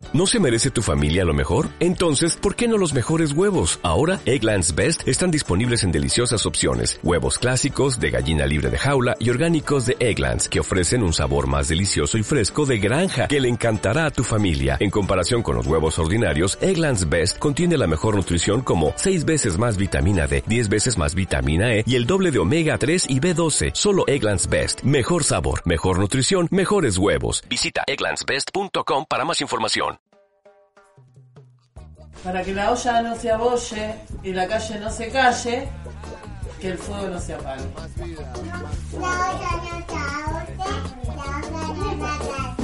¿No se merece tu familia lo mejor? Entonces, ¿por qué no los mejores huevos? Ahora, Eggland's Best están disponibles en deliciosas opciones. Huevos clásicos, de gallina libre de jaula y orgánicos de Eggland's, que ofrecen un sabor más delicioso y fresco de granja que le encantará a tu familia. En comparación con los huevos ordinarios, Eggland's Best contiene la mejor nutrición como 6 veces más vitamina D, 10 veces más vitamina E y el doble de omega 3 y B12. Solo Eggland's Best. Mejor sabor, mejor nutrición, mejores huevos. Visita egglandsbest.com para más información. Para que la olla no se abolle y la calle no se calle, que el fuego no se apague. La olla no se ahogue, la olla no se apague.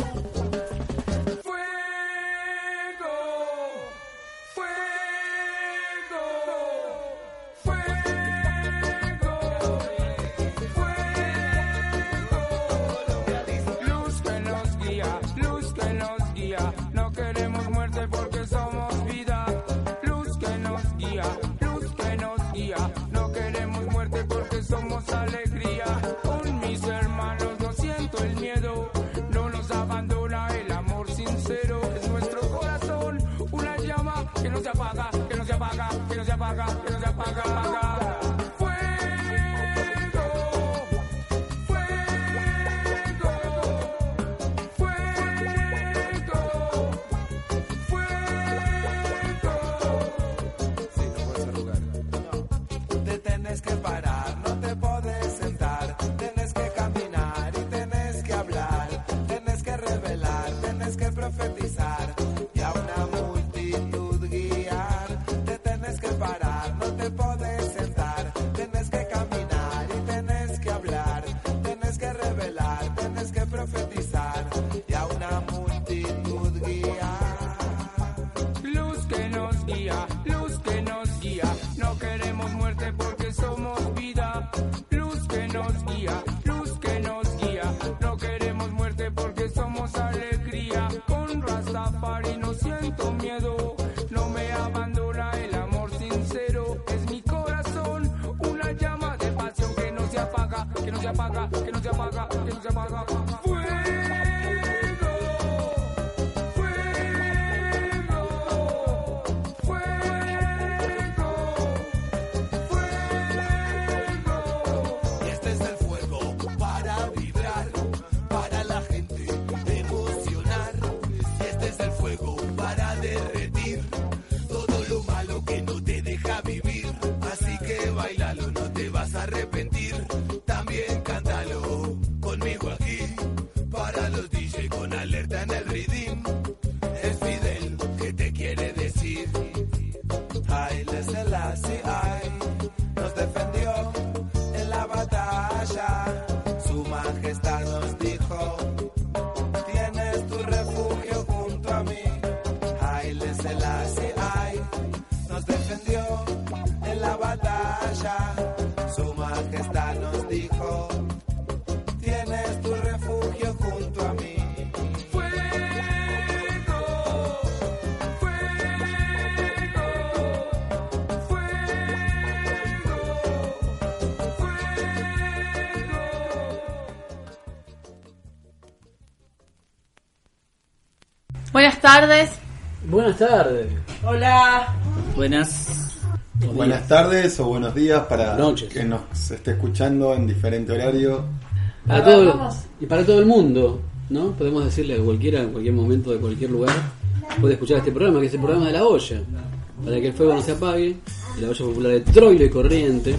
Buenas tardes. Buenas tardes. Hola. Buenas. Buenas tardes o buenos días para noches. Que nos esté escuchando en diferente horario. Para todo, y para todo el mundo, ¿no? Podemos decirle a cualquiera, en cualquier momento, de cualquier lugar, puede escuchar este programa, que es el programa de la olla. Para que el fuego no se apague. La olla popular de Troilo y Corriente.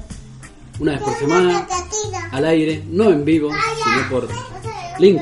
Una vez por semana, al aire, no en vivo, sino por link.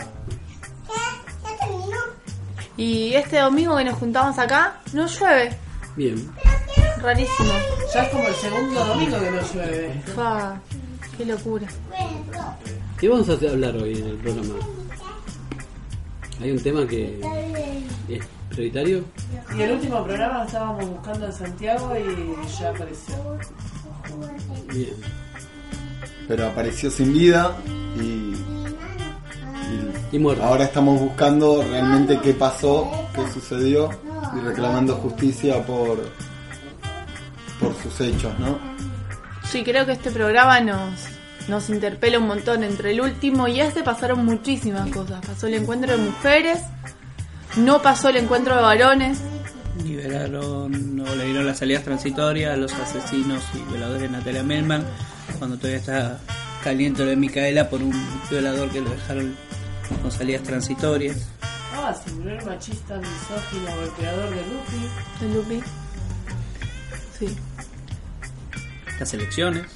Y este domingo que nos juntamos acá, no llueve. Bien. Rarísimo. Ya es como el segundo domingo que no llueve. Fa, qué locura. ¿Qué vamos a hablar hoy en el programa? ¿Hay un tema que es prioritario? Y el último programa estábamos buscando en Santiago y ya apareció. Bien. Pero apareció sin vida y muerto. Ahora estamos buscando realmente qué pasó, qué sucedió y reclamando justicia por sus hechos, ¿no? Sí, creo que este programa nos interpela un montón. Entre el último y este pasaron muchísimas cosas. Pasó el encuentro de mujeres, No pasó el encuentro de varones. Le dieron las salidas transitorias a los asesinos y violadores de Natalia Melman, cuando todavía está caliente lo de Micaela por un violador que lo dejaron con salidas transitorias. Se murió el machista, misógino, golpeador de Lupi. Sí. Las elecciones.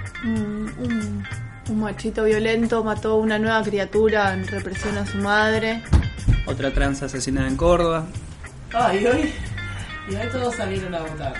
Un machito violento mató a una nueva criatura en represión a su madre. Otra trans asesinada en Córdoba. Y hoy todos salieron a votar.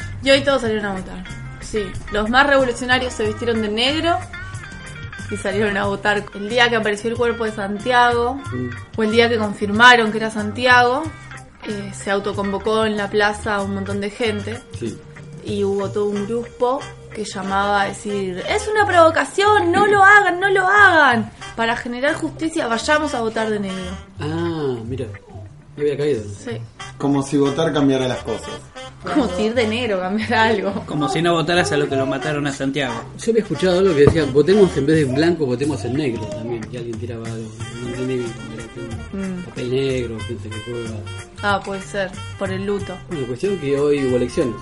Sí, los más revolucionarios se vistieron de negro y salieron a votar. El día que apareció el cuerpo de Santiago, o el día que confirmaron que era Santiago, se autoconvocó en la plaza a un montón de gente. Sí. Y hubo todo un grupo que llamaba a decir: es una provocación, no lo hagan. Para generar justicia, vayamos a votar de negro. Mira, me había caído. Sí. Como si votar cambiara las cosas. Como si ir de negro cambiara algo. Como si no votaras a lo que lo mataron a Santiago. Yo había escuchado algo que decía: votemos en vez de en blanco, votemos en negro también. Y alguien tiraba algo. No entendí bien cómo era. Papel negro, gente que juega. Puede ser, por el luto. Bueno, cuestión que hoy hubo elecciones.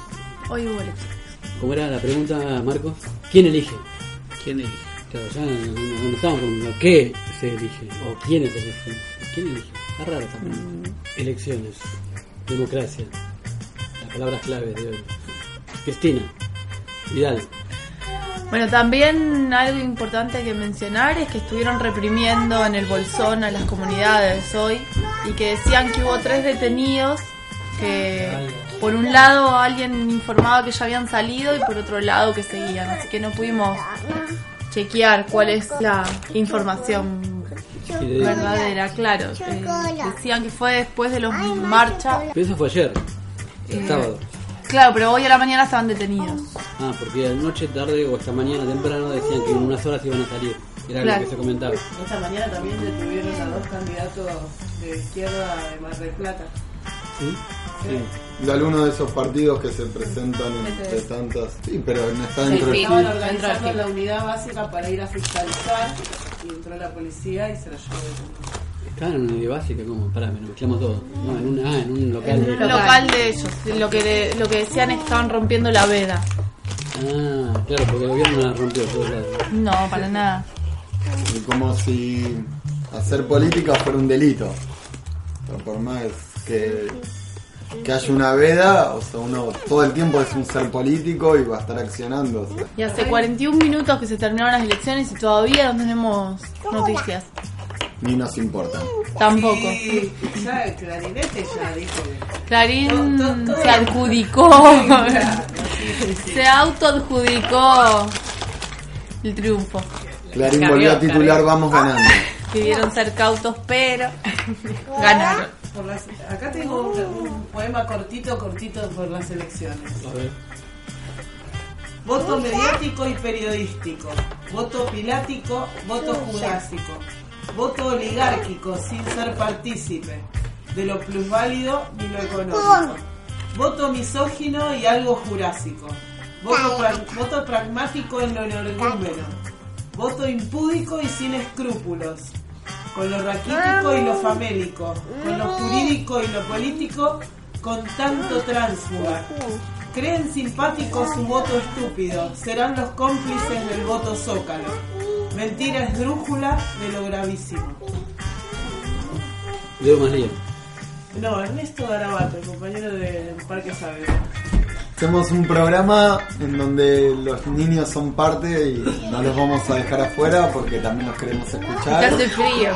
¿Cómo era la pregunta, Marcos? ¿Quién elige? Claro, ya no estamos con qué se elige o quiénes eligen. ¿Quién elige? Está raro también. Elecciones, democracia, las palabras claves de hoy. Cristina, Vidal. Bueno, también algo importante que mencionar es que estuvieron reprimiendo en el Bolsón a las comunidades hoy y que decían que hubo 3 detenidos que por un lado alguien informaba que ya habían salido y por otro lado que seguían, así que no pudimos chequear cuál es la información verdadera, claro. Decían que fue después de los marchas. Pero eso fue ayer, sábado. Claro, pero hoy a la mañana estaban detenidos. Porque anoche, tarde o esta mañana temprano decían que en unas horas iban a salir. Era lo que se comentaba. Esta mañana también detuvieron a 2 candidatos de izquierda de Mar del Plata. ¿Sí? De alguno de esos partidos que se presentan entre tantas. Sí, pero no está dentro del estaban organizando la unidad básica para ir a fiscalizar y entró la policía y se la llevó de Estaban en una unidad básica, ¿cómo? Pará, me lo mezclamos todo. No, en un local. En un local de ellos. Lo que decían es que estaban rompiendo la veda. Claro, porque el gobierno la rompió por todos lados. No, para nada. Y como si hacer política fuera un delito. Pero por más que haya una veda, o sea, uno todo el tiempo es un ser político y va a estar accionando. O sea. Y hace 41 minutos que se terminaron las elecciones y todavía no tenemos noticias. Ni nos importa. Tampoco. Y ya Clarinete ya dijo que... Clarín se adjudicó. Se autoadjudicó el triunfo. Clarín volvió a titular Vamos Ganando. Pidieron ser cautos, pero ganaron. Acá tengo un poema cortito por las elecciones. A ver. Voto mediático y periodístico. Voto pilático, voto jurásico. Voto oligárquico sin ser partícipe de lo plusválido ni lo económico. Voto misógino y algo jurásico. Voto pragmático en lo energúmeno. Voto impúdico y sin escrúpulos. Con lo raquítico y lo famélico. Con lo jurídico y lo político. Con tanto tránsfuga. Creen simpático su voto estúpido. Serán los cómplices del voto zócalo. Mentira esdrújula de lo gravísimo. Leo más lío. No, Ernesto Garabato, el compañero del Parque Saavedra. Hacemos un programa en donde los niños son parte y no los vamos a dejar afuera porque también los queremos escuchar. Hace frío.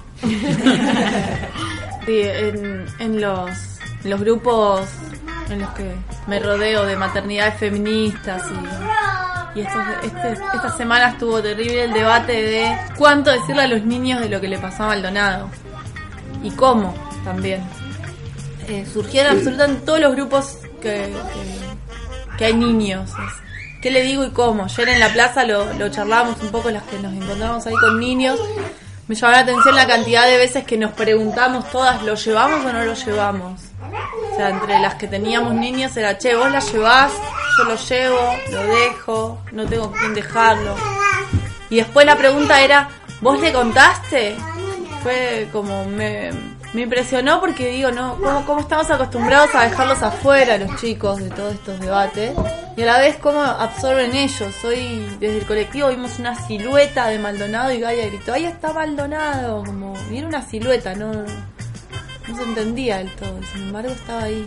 Sí, en los grupos en los que me rodeo de maternidades feministas y esta semana estuvo terrible el debate de cuánto decirle a los niños de lo que le pasó a Maldonado y cómo también. Surgieron absolutamente todos los grupos que hay niños. ¿Qué le digo y cómo? Ayer en la plaza lo charlábamos un poco, las que nos encontramos ahí con niños. Me llamó la atención la cantidad de veces que nos preguntamos todas, ¿lo llevamos o no lo llevamos? O sea, entre las que teníamos niños era, che, vos la llevás, yo lo llevo, lo dejo, no tengo con quién dejarlo. Y después la pregunta era, ¿vos le contaste? Fue como, Me impresionó porque digo, no, cómo estamos acostumbrados a dejarlos afuera los chicos de todos estos debates y a la vez cómo absorben ellos. Hoy desde el colectivo vimos una silueta de Maldonado y Gaia gritó, ahí está Maldonado, como, y era una silueta, no se entendía del todo, sin embargo estaba ahí.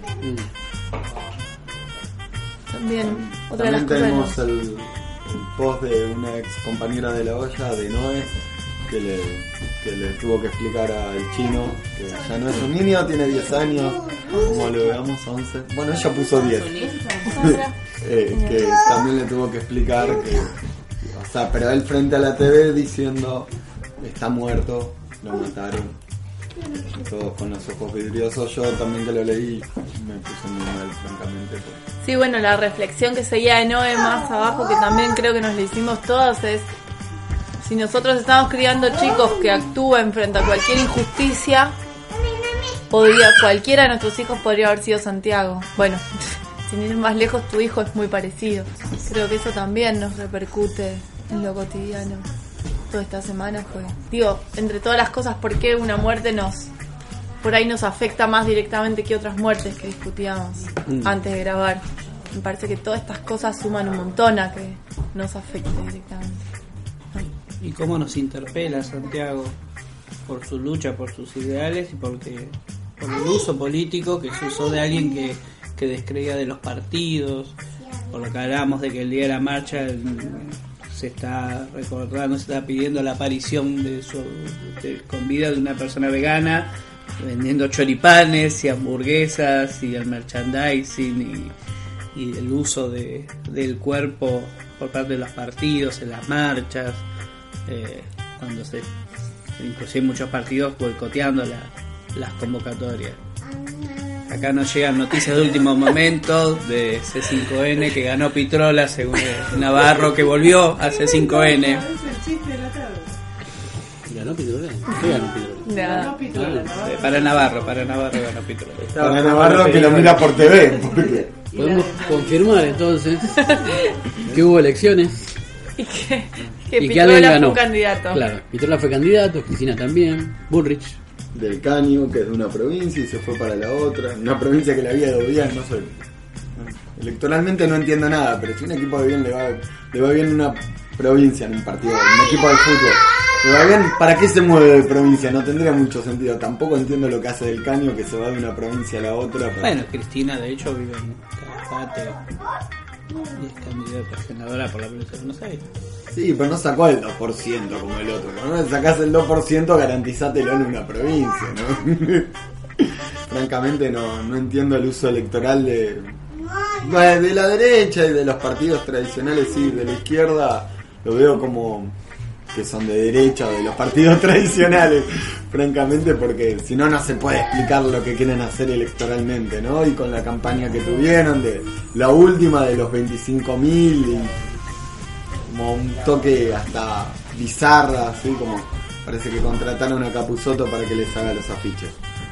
También otra También de las tenemos cosas. el post de una ex compañera de la olla, de Noé, que le tuvo que explicar al chino que ya no es un niño, tiene 10 años, como lo veamos, 11. Bueno, ella puso 10. Que también le tuvo que explicar que, o sea, pero él frente a la TV diciendo, está muerto, lo mataron. Todos con los ojos vidriosos. Yo también que lo leí me puse muy mal, francamente. Sí, bueno, la reflexión que seguía de Noé más abajo, que también creo que nos la hicimos todos, es si nosotros estamos criando chicos que actúen frente a cualquier injusticia, cualquiera de nuestros hijos podría haber sido Santiago. Bueno, sin ir más lejos, tu hijo es muy parecido. Creo que eso también nos repercute en lo cotidiano. Toda esta semana fue, digo, entre todas las cosas, ¿por qué una muerte por ahí nos afecta más directamente que otras muertes que discutíamos antes de grabar? Me parece que todas estas cosas suman un montón a que nos afecte directamente. Y cómo nos interpela Santiago por su lucha, por sus ideales y por el uso político que se usó de alguien que descreía de los partidos, por lo que hablábamos de que el día de la marcha se está recordando, se está pidiendo la aparición con vida de una persona vegana vendiendo choripanes y hamburguesas y el merchandising y el uso del cuerpo por parte de los partidos en las marchas, cuando inclusive muchos partidos boicoteando las convocatorias. Acá nos llegan noticias de último momento de C5N que ganó Pitrola, según Navarro, que volvió a C5N. ¿Ganó Pitrola? ¿Qué ganó Pitrola? Ganó Pitrola, ¿no? Para Navarro ganó Pitrola. Para Navarro que lo mira por TV. Porque Podemos confirmar entonces que hubo elecciones Y que y que Pitrola alguien fue ganó. un candidato. Claro, Pitrola fue candidato, Cristina también, Bullrich. del Caño, que es de una provincia y se fue para la otra, una provincia que le había ido bien, no sé. Electoralmente no entiendo nada, pero si un equipo de bien le va bien en una provincia, en un partido, en un equipo de fútbol, le va bien, ¿para qué se mueve de provincia? No tendría mucho sentido. Tampoco entiendo lo que hace del Caño, que se va de una provincia a la otra. Bueno, Cristina de hecho vive en Calafate y es candidata a senadora por la provincia de Buenos Aires. Sí, pero no sacó el 2% como el otro. Cuando sacás el 2%, garantizátelo en una provincia, ¿no? Francamente no entiendo el uso electoral de la derecha y de los partidos tradicionales, sí, de la izquierda lo veo como que son de derecha o de los partidos tradicionales, francamente, porque si no se puede explicar lo que quieren hacer electoralmente, ¿no? Y con la campaña que tuvieron, de la última de los 25.000 y como un toque hasta bizarra, así como parece que contrataron a Capusotto para que les haga los afiches.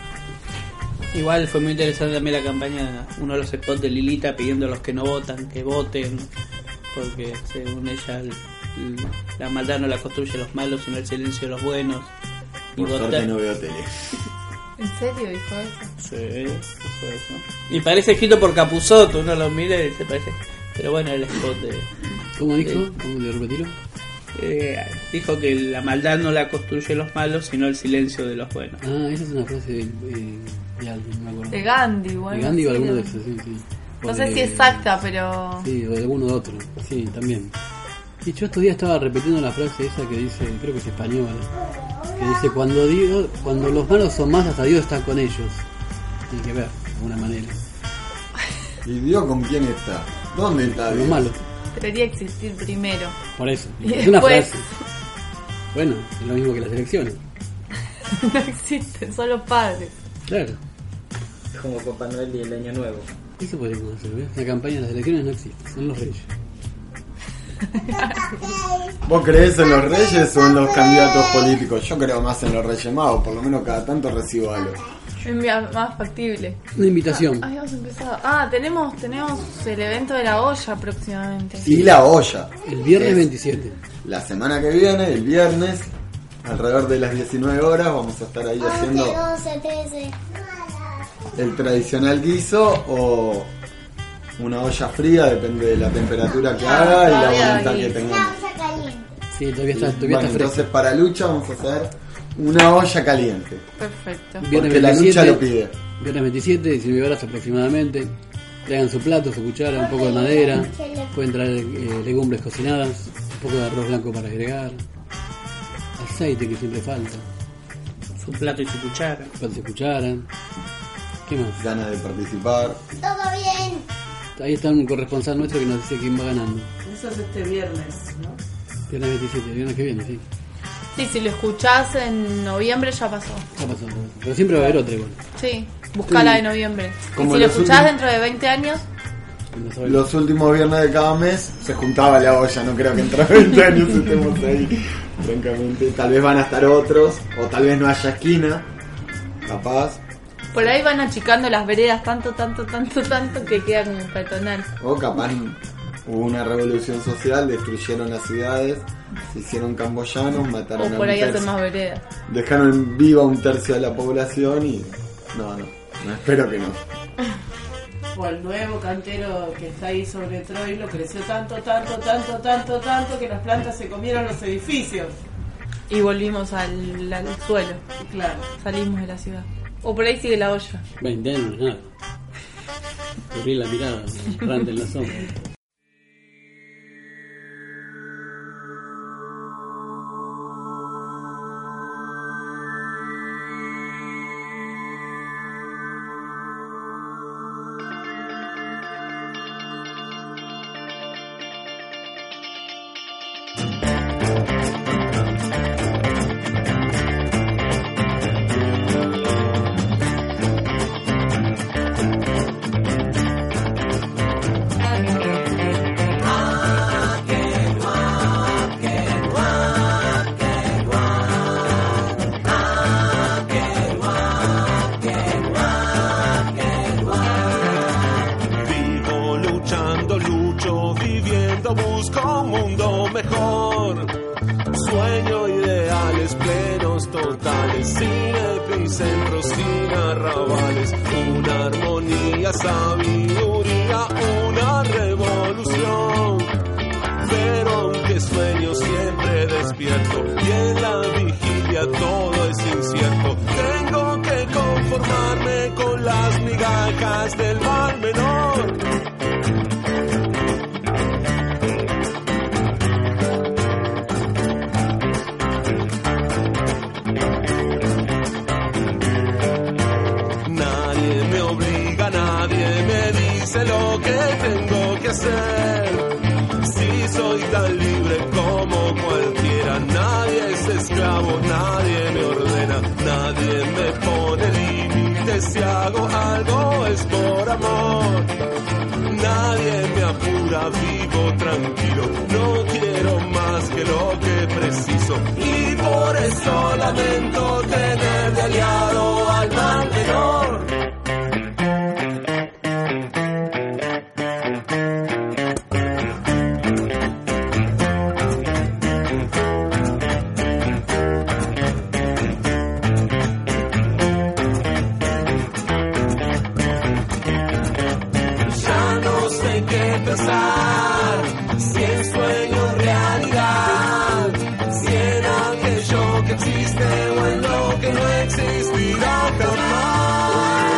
Igual fue muy interesante también la campaña, uno de los spots de Lilita pidiendo a los que no votan que voten, porque según ella la maldad no la construye los malos sino el silencio de los buenos. Por suerte no veo tele. ¿En serio dijo eso? Sí, dijo eso. Y parece escrito por Capusotto, uno lo mira y se parece. Pero bueno, el spot de... ¿Cómo dijo? ¿Cómo le repetirlo? Dijo que la maldad no la construye los malos sino el silencio de los buenos. Ah, esa es una frase de alguien, no me acuerdo. De Gandhi, bueno. De Gandhi o sí, alguno no. de esos, sí. No sé si exacta, pero... Sí, o de alguno de otro, sí, también. Y yo estos días estaba repitiendo la frase esa que dice, creo que es española, que dice, cuando los malos son más, hasta Dios está con ellos. Tiene que ver, de alguna manera. ¿Y Dios con quién está? ¿Dónde está Con Dios? los malos, Debería existir primero. por eso. Y Es una después- frase. Bueno, es lo mismo que las elecciones. No existen, solo padres. Claro, Es como Papá Noel y el Año Nuevo. eso podríamos hacer, ¿ves? La campaña de las elecciones no existe, son los reyes. ¿Vos creés en los reyes o en los candidatos políticos? Yo creo más en los reyes magos, por lo menos cada tanto recibo algo. Es más factible. Una invitación. Habíamos empezado. Ah, tenemos el evento de la olla próximamente. Y la olla. El viernes Es 27. La semana que viene, el viernes, alrededor de las 19 horas vamos a estar ahí 11, haciendo 12, 13. el tradicional guiso o una olla fría, depende de la temperatura que haga y la voluntad que Una tengamos. olla caliente. Sí, todavía está Bueno, fresco. entonces para Lucha vamos a hacer una olla caliente, Perfecto. porque la Lucha lo pide. Viernes 27, 19 horas aproximadamente. Traigan su plato, su cuchara, un poco de madera. Pueden traer legumbres cocinadas, un poco de arroz blanco para agregar. Aceite que siempre falta. Su plato y su cuchara. Plato de cuchara. ¿Qué más? Ganas de participar. Todo bien. Ahí está un corresponsal nuestro que nos dice quién va ganando. Eso es este viernes, ¿no? Viernes 27, el viernes que viene, sí. Sí, si lo escuchás en noviembre ya pasó. Ya pasó. Pero siempre va a haber otra igual. Sí, buscala Sí. de noviembre. Y Como si lo los escuchás últimos- dentro de 20 años, No sabe- Los últimos viernes de cada mes se juntaba la olla, no creo que entre 20 años estemos ahí, francamente. Tal vez van a estar otros, o tal vez no haya esquina, capaz, por ahí van achicando las veredas tanto que queda como peatonal. o capaz hubo una revolución social, destruyeron las ciudades, se hicieron camboyanos, mataron O a por un ahí hacen tercio, más veredas. dejaron viva un tercio de la población y no, espero que no. O el nuevo cantero que está ahí sobre Troilo creció tanto que las plantas se comieron los edificios. Y volvimos al suelo. Claro. Salimos de la ciudad. O por ahí sigue la olla. 20 años no es nada. Abrir la mirada, errante en la sombra. Vivo luchando, lucho, viviendo, busco un mundo mejor. Sueño ideales plenos, totales, sin epicentros, sin arrabales. Una armonía, sabiduría, una revolución. Pero aunque sueño siempre despierto y en la vigilia todo es incierto, tengo que conformarme con las migajas del mal menor. Nadie me obliga, nadie me dice lo que tengo que hacer. Si soy tan libre como cualquiera, nadie es esclavo, nadie me ordena, nadie me pone límites. Si hago algo es por amor. Nadie me apura, vivo tranquilo, no quiero más que lo que preciso. Y por eso lamento tener de aliado al mal menor. Ya no sé qué pensar, si el sueño es realidad, si en aquello que existe o en lo que no existirá jamás.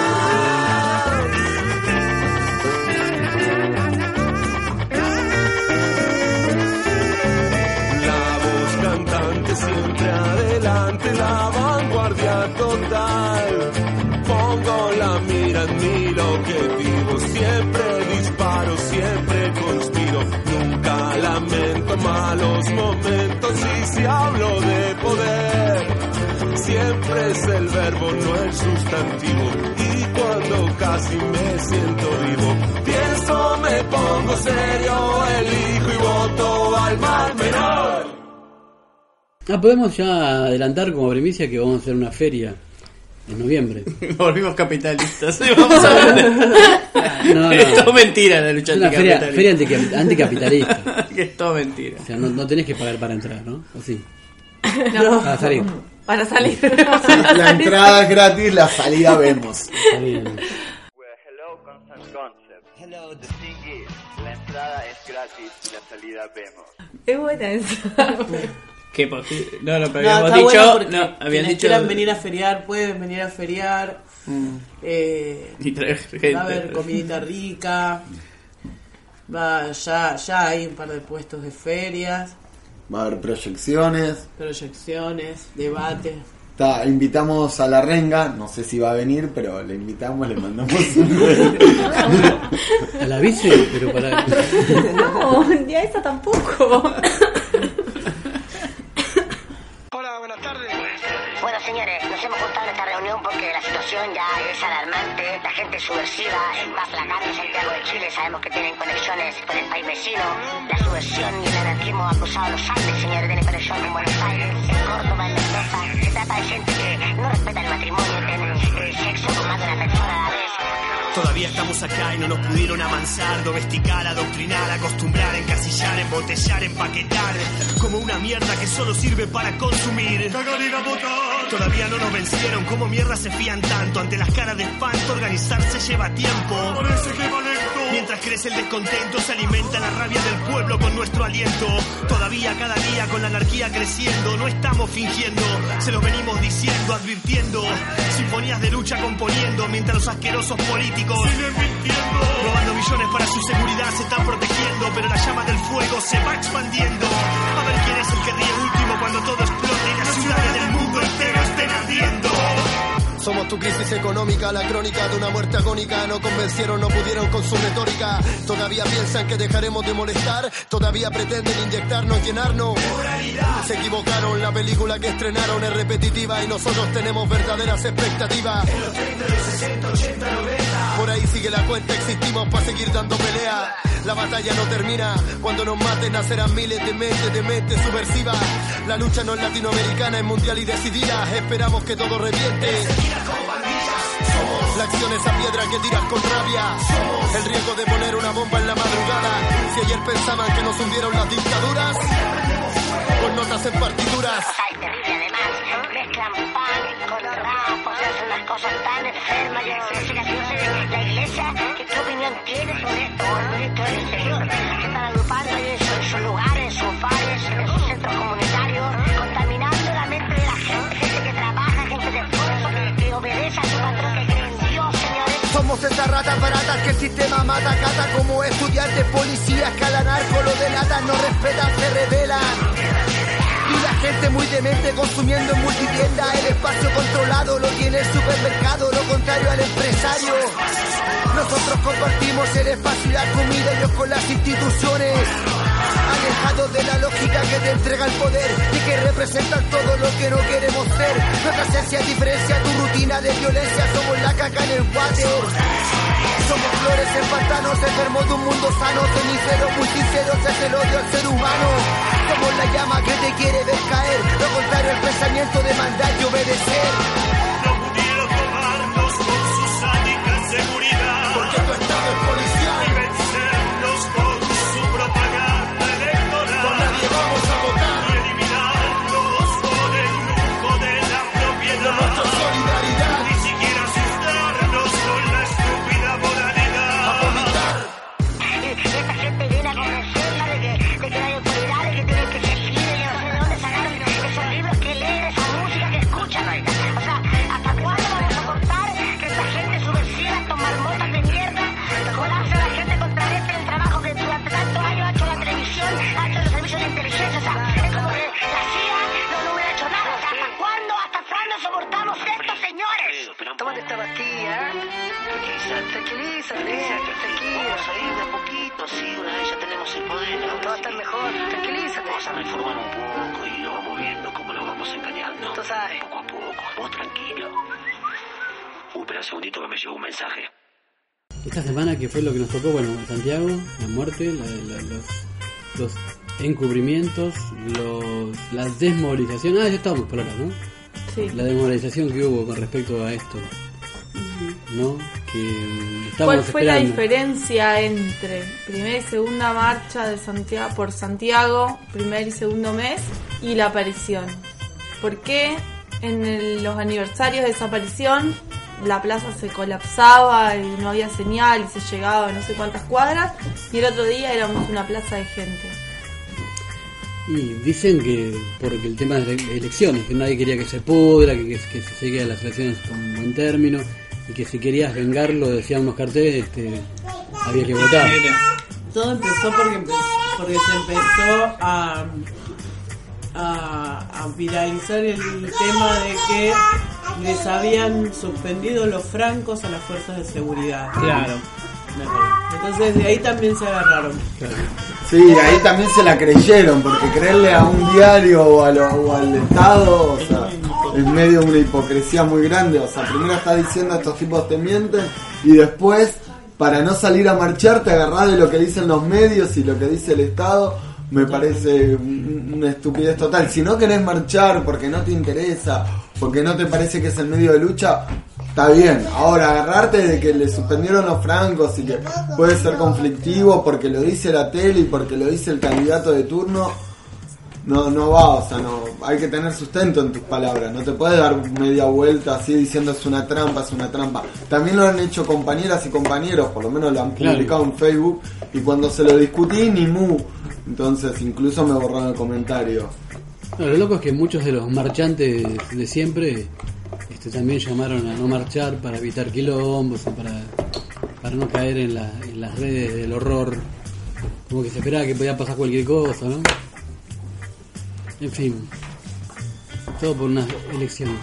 La voz cantante siempre adelante, la vanguardia total. Pongo la mira en mi objetivo, siempre disparo, siempre conspiro, nunca lamento malos momentos. Y si hablo de poder, siempre es el verbo, no el sustantivo. Y cuando casi me siento vivo, pienso, me pongo serio, elijo y voto al mal menor. Podemos ya adelantar como primicia que vamos a hacer una feria en noviembre. Volvimos capitalistas. Vamos a ver. No, Es todo mentira la lucha Es una feria anticapitalista. anticapitalista. Que es todo mentira. O sea, no tenés que pagar para entrar, ¿no? ¿O sí? No. Para salir. Para salir. La entrada es gratis, la salida vemos. Salir. Hello, Constant Concept. Hello, the thing is, la entrada es gratis y la salida vemos. Es buena esa. ¿Qué? No, pero No, habíamos está dicho. bueno porque No, habían quienes dicho. quieran venir a feriar, pueden venir a feriar. Y traer gente. Va a haber comidita rica. Ya hay un par de puestos de ferias, Va a haber proyecciones. proyecciones, debates. Invitamos a la Renga, no sé si va a venir, pero le invitamos, le mandamos un A la vice, pero para. No, ni a esa tampoco. Hola, buenas tardes. Bueno, señores, nos hemos juntado en esta reunión porque la situación ya es alarmante. La gente subversiva va flacando en Santiago de Chile. Sabemos que tienen conexiones con el país vecino. La subversión y el anarquismo ha cruzado los Andes, señores. Tienen conexión con Buenos Aires, en Córdoba, en Mendoza. Se trata de gente que no respeta el matrimonio, tiene sexo con más de una persona a la vez. Todavía estamos acá y no nos pudieron amansar, domesticar, adoctrinar, acostumbrar, encasillar, embotellar, empaquetar como una mierda que solo sirve para consumir. Todavía no nos vencieron, como mierda se fían tanto. Ante las caras de espanto organizarse lleva tiempo. Mientras crece el descontento se alimenta la rabia del pueblo con nuestro aliento. Todavía cada día con la anarquía creciendo, no estamos fingiendo, se los venimos diciendo, advirtiendo. Sinfonías de lucha componiendo mientras los asquerosos políticos siguen mintiendo. Robando millones para su seguridad se están protegiendo, pero la llama del fuego se va expandiendo. A ver quién es el que ríe último cuando todo explote y las ciudades del mundo entero estén ardiendo. Somos tu crisis económica, la crónica de una muerte agónica. No convencieron, no pudieron con su retórica. Todavía piensan que dejaremos de molestar. Todavía pretenden inyectarnos, llenarnos. Se equivocaron, la película que estrenaron es repetitiva y nosotros tenemos verdaderas expectativas. En los 30, los 60, 80, 90. Por ahí sigue la cuenta, existimos para seguir dando pelea. La batalla no termina, cuando nos maten nacerán miles de mentes subversivas. La lucha no es latinoamericana, es mundial y decidida. Esperamos que todo reviente. La acción es a piedra que tiras con rabia. El riesgo de poner una bomba en la madrugada. Si ayer pensaban que nos hundieron las dictaduras, con notas en partituras. Ay, terrible, además, mezclan pan con rap, o sea, hacen unas cosas tan enfermas. La iglesia, ¿qué opinión tiene sobre esto? El ministro del Interior, que están agrupando en sus lugares, en sus bares, en sus centros comunitarios, contaminando la mente de la gente, gente que trabaja, gente de esfuerzo, que obedece a su patrón, que cree en Dios, señores. Somos estas ratas baratas que el sistema mata, cata como estudiantes, policías que a la narco lo delatan, no respetan, se rebelan. Y la gente muy demente consumiendo en multitienda. El espacio controlado lo tiene el supermercado, lo contrario al empresario. Nosotros compartimos el espacio y la comida, ellos con las instituciones. Alejados de la lógica que te entrega el poder y que representan todo lo que no queremos ser. Nuestra esencia diferencia tu rutina de violencia. Somos la caca en el water. Somos flores en pantanos, enfermos de un mundo sano. Ceniceros muy sinceros, es el odio al ser humano. Somos la llama que te quiere ver caer. Lo contrario al pensamiento de maldad y obedecer. No pudieron tomarnos con su sádica seguridad, porque tu estado es policial, y vencernos con su propaganda electoral. Por nadie vamos a votar y eliminarnos con el lujo de la propiedad. Por nuestra solidaridad, ni siquiera asustarnos con la estúpida moralidad. A vomitar. Esta gente viene a convencerla de que no hay autoridad, de que tienen que ser libres. Yo no sé de dónde sacaron esos libros que leen, esa música que escuchan, oiga. O sea, ¿hasta cuándo vamos a soportar que esta gente subversiva, estos marmotas de mierda, colarse a la gente contra el trabajo que durante tantos años ha hecho la televisión, ha hecho los servicios de inteligencia? O sea, es como que la CIA no hubiera hecho nada. O sea, ¿hasta cuándo soportamos esto, señores? Tómate esta pastilla, tranquilízate, tranquilo. Vamos a ir de a poquito, sí, una vez ya tenemos el poder. Todo va a estar mejor, tranquilízate. Vamos a reformar un poco y lo vamos viendo cómo lo vamos engañando. Tú sabes. Poco a poco, vos tranquilo. Espera un segundito que me llegó un mensaje. Esta semana, que fue lo que nos tocó, bueno, Santiago, la muerte, los encubrimientos, la desmovilización. Ya estábamos por ahora, ¿no? Sí. La desmovilización que hubo con respecto a esto, ¿no? Que ¿Cuál estábamos fue la esperando. diferencia entre primera y segunda marcha de Santiago por Santiago, primer y segundo mes, y la aparición? por qué en los aniversarios de desaparición la plaza se colapsaba y no había señal y se llegaba a no sé cuántas cuadras, y el otro día éramos una plaza de gente. Y dicen que porque el tema de elecciones, que nadie quería que se pudra, que se llegue a las elecciones con buen término, y que si querías vengarlo, decían unos carteles, había que votar. Todo empezó porque se empezó a viralizar el tema de que les habían suspendido los francos a las fuerzas de seguridad. Claro. Entonces de ahí también se agarraron. Sí, ahí también se la creyeron, porque creerle a un diario o al Estado, o sea, es medio una hipocresía muy grande. O sea, primero estás diciendo estos tipos te mienten y después, para no salir a marchar, te agarrás de lo que dicen los medios y lo que dice el Estado. Me parece una estupidez total. Si no querés marchar porque no te interesa, porque no te parece que es el medio de lucha, está bien. Ahora, agarrarte de que le suspendieron los francos y que puede ser conflictivo porque lo dice la tele y porque lo dice el candidato de turno, no va. O sea, no, hay que tener sustento en tus palabras. No te puedes dar media vuelta así diciendo es una trampa, es una trampa. También lo han hecho compañeras y compañeros, por lo menos lo han publicado en Facebook, y cuando se lo discutí, ni mu. Entonces incluso me borraron el comentario. No, lo loco es que muchos de los marchantes de siempre también llamaron a no marchar para evitar quilombos, para no caer en las redes del horror, como que se esperaba que podía pasar cualquier cosa, ¿no? En fin, todo por unas elecciones.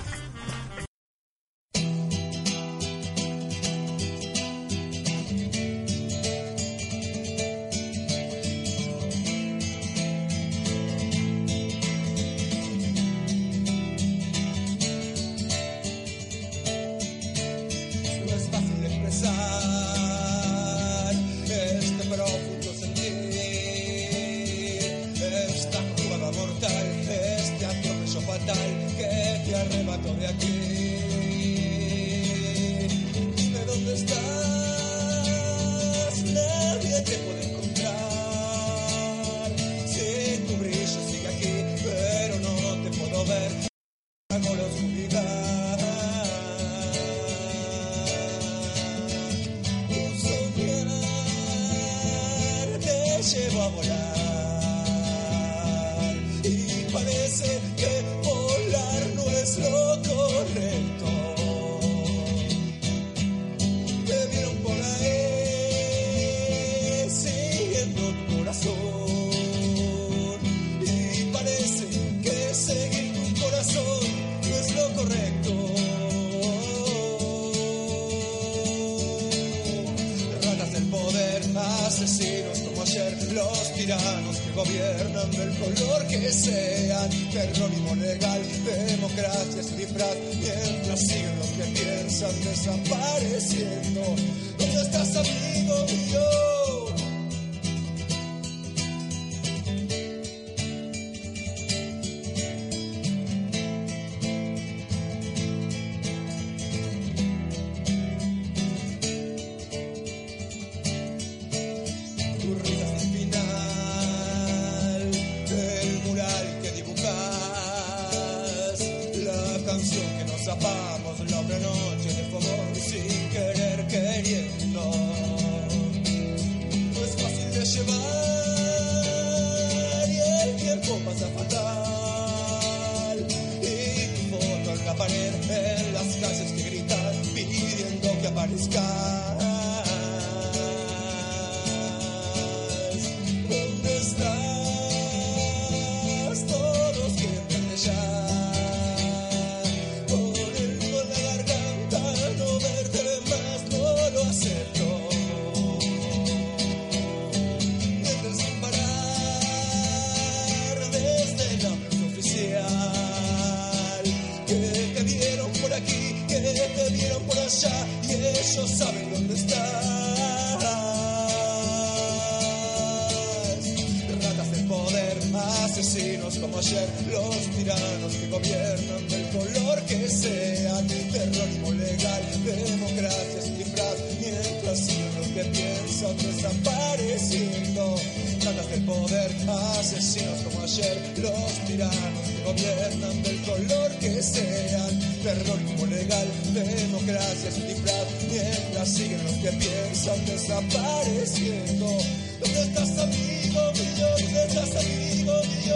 Mientras siguen los que piensan desapareciendo, tratas del poder asesinos como ayer, los tiranos que gobiernan del color que sean, terrorismo legal, democracia sin disfraz, mientras siguen los que piensan desapareciendo. ¿Dónde estás, amigo mío? ¿Dónde estás, amigo mío?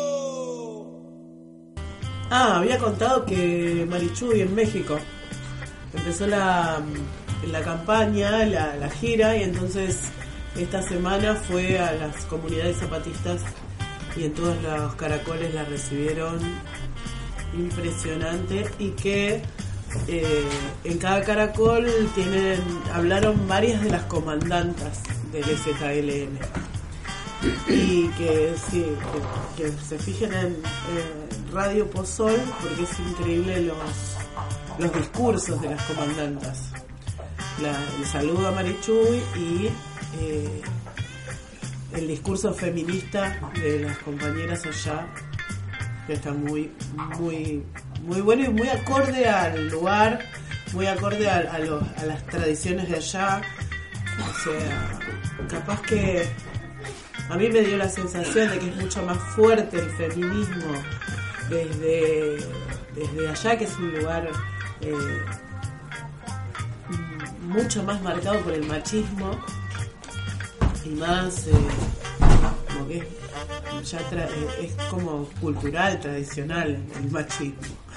Había contado que Marichuy en México empezó la campaña, la gira, y entonces esta semana fue a las comunidades zapatistas y en todos los caracoles la recibieron impresionante, y que en cada caracol hablaron varias de las comandantas del ZLN, y que sí, que se fijen en Radio Pozol, porque es increíble los discursos de las comandantas. El saludo a Marichuy y el discurso feminista de las compañeras allá, que está muy muy muy bueno y muy acorde al lugar, muy acorde a las tradiciones de allá. O sea, capaz que a mí me dio la sensación de que es mucho más fuerte el feminismo desde allá, que es un lugar mucho más marcado por el machismo y más como que es como cultural, tradicional el machismo.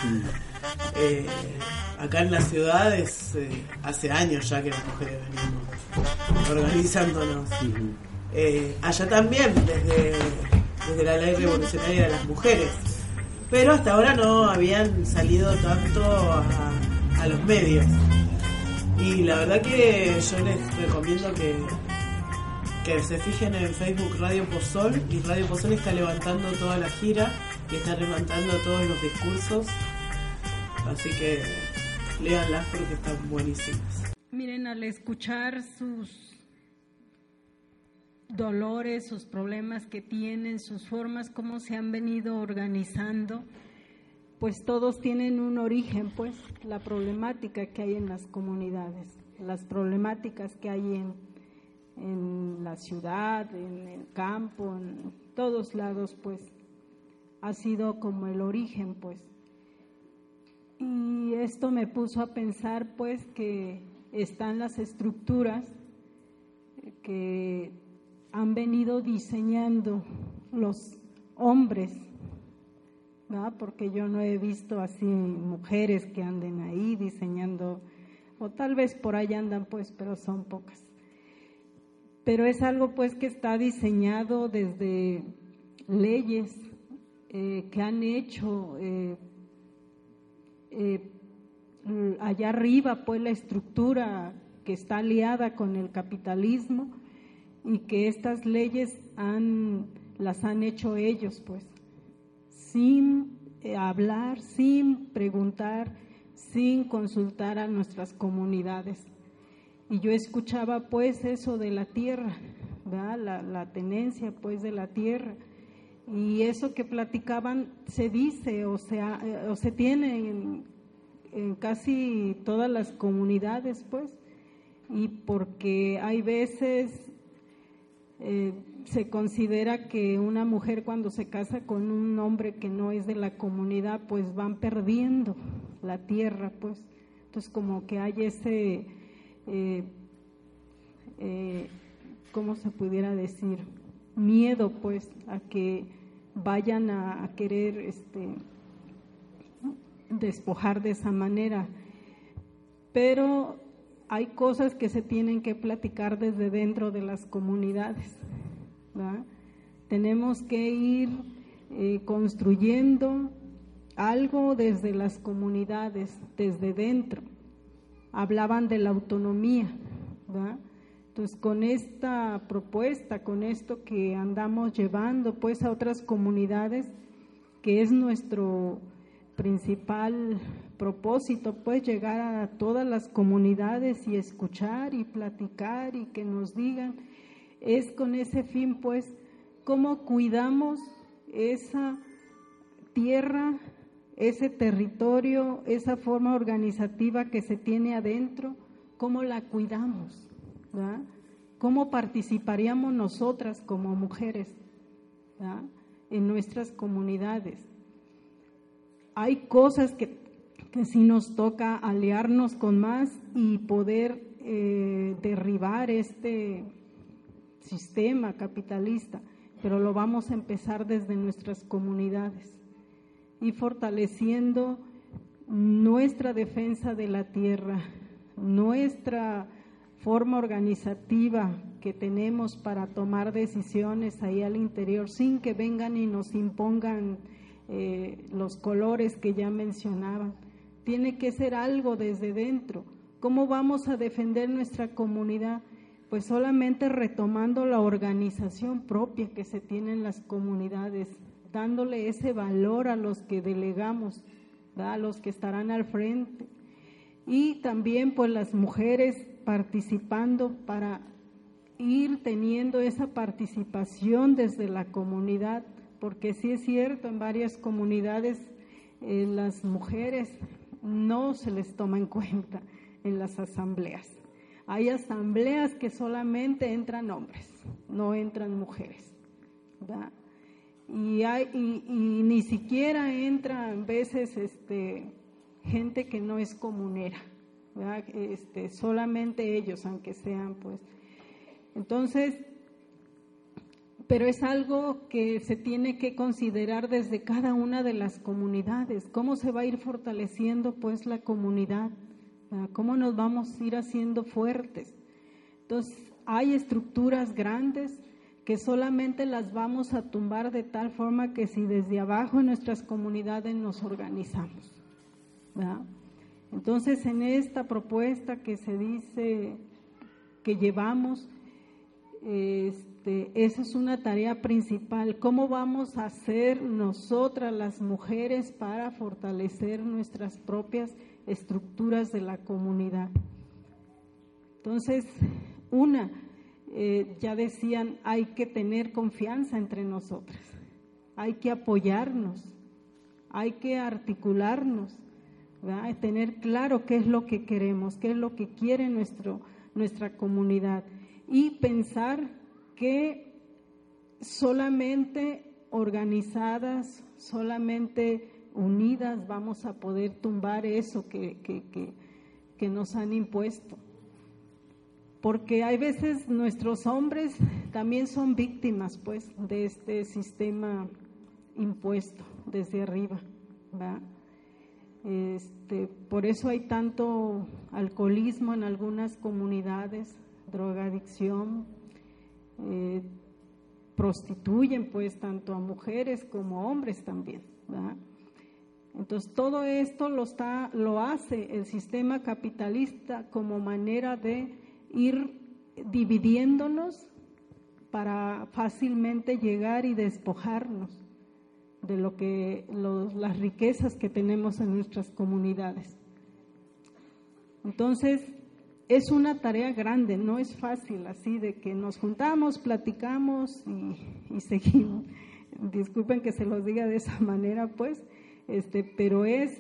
Acá en las ciudades hace años ya que las mujeres venimos organizándonos. Allá también desde la ley revolucionaria de las mujeres, pero hasta ahora no habían salido tanto a los medios. Y la verdad que yo les recomiendo que se fijen en Facebook Radio Pozol, y Radio Pozol está levantando toda la gira y está levantando todos los discursos, así que léanlas porque están buenísimas. Miren, al escuchar sus dolores, sus problemas que tienen, sus formas, cómo se han venido organizando, pues todos tienen un origen, pues la problemática que hay en las comunidades, las problemáticas que hay en la ciudad, en el campo, en todos lados, pues ha sido como el origen, pues. Y esto me puso a pensar, pues, que están las estructuras que han venido diseñando los hombres, ¿verdad? Porque yo no he visto así mujeres que anden ahí diseñando, o tal vez por ahí andan, pues, pero son pocas. Pero es algo, pues, que está diseñado desde leyes que han hecho allá arriba, pues, la estructura que está aliada con el capitalismo, y que estas leyes las han hecho ellos, pues, sin hablar, sin preguntar, sin consultar a nuestras comunidades. Y yo escuchaba, pues, eso de la tierra, ¿verdad? La tenencia, pues, de la tierra, y eso que platicaban se dice, o se tiene en casi todas las comunidades, pues, y porque hay veces se considera que una mujer cuando se casa con un hombre que no es de la comunidad, pues van perdiendo la tierra, pues. Entonces como que hay ese, ¿cómo se pudiera decir? Miedo, pues, a que vayan a querer despojar de esa manera. Pero hay cosas que se tienen que platicar desde dentro de las comunidades, ¿verdad? Tenemos que ir construyendo algo desde las comunidades, desde dentro. Hablaban de la autonomía, ¿verdad? Entonces, con esta propuesta, con esto que andamos llevando, pues, a otras comunidades, que es nuestro principal propósito, pues, llegar a todas las comunidades y escuchar y platicar y que nos digan, es con ese fin, pues, cómo cuidamos esa tierra, ese territorio, esa forma organizativa que se tiene adentro, cómo la cuidamos, ¿verdad? ¿Cómo participaríamos nosotras como mujeres ¿verdad?, en nuestras comunidades. Hay cosas que sí nos toca aliarnos con más y poder derribar este sistema capitalista, pero lo vamos a empezar desde nuestras comunidades y fortaleciendo nuestra defensa de la tierra, nuestra forma organizativa que tenemos para tomar decisiones ahí al interior sin que vengan y nos impongan los colores que ya mencionaban. Tiene que ser algo desde dentro. ¿Cómo vamos a defender nuestra comunidad? Pues solamente retomando la organización propia que se tiene en las comunidades, dándole ese valor a los que delegamos, ¿verdad?, a los que estarán al frente. Y también pues las mujeres participando para ir teniendo esa participación desde la comunidad, porque sí es cierto, en varias comunidades las mujeres no se les toma en cuenta en las asambleas. Hay asambleas que solamente entran hombres, no entran mujeres, ¿verdad? Y ni siquiera entran a veces gente que no es comunera, ¿verdad? Solamente ellos, aunque sean pues. Entonces, pero es algo que se tiene que considerar desde cada una de las comunidades. ¿Cómo se va a ir fortaleciendo pues la comunidad? ¿Cómo nos vamos a ir haciendo fuertes? Entonces, hay estructuras grandes que solamente las vamos a tumbar de tal forma que si desde abajo en nuestras comunidades nos organizamos, ¿verdad? Entonces, en esta propuesta que se dice que llevamos, esa es una tarea principal. ¿Cómo vamos a hacer nosotras las mujeres para fortalecer nuestras propias estructuras de la comunidad? Entonces, ya decían, hay que tener confianza entre nosotras, hay que apoyarnos, hay que articularnos, ¿verdad?, tener claro qué es lo que queremos, qué es lo que quiere nuestra comunidad, y pensar que solamente organizadas, solamente unidas vamos a poder tumbar eso que nos han impuesto. Porque hay veces nuestros hombres también son víctimas pues de este sistema impuesto desde arriba, ¿verdad? Por eso hay tanto alcoholismo en algunas comunidades, drogadicción, prostituyen pues tanto a mujeres como hombres también, ¿verdad? Entonces todo esto lo hace el sistema capitalista como manera de ir dividiéndonos para fácilmente llegar y despojarnos de las riquezas que tenemos en nuestras comunidades. Entonces, es una tarea grande, no es fácil así de que nos juntamos, platicamos y seguimos. Disculpen que se los diga de esa manera, pues, pero es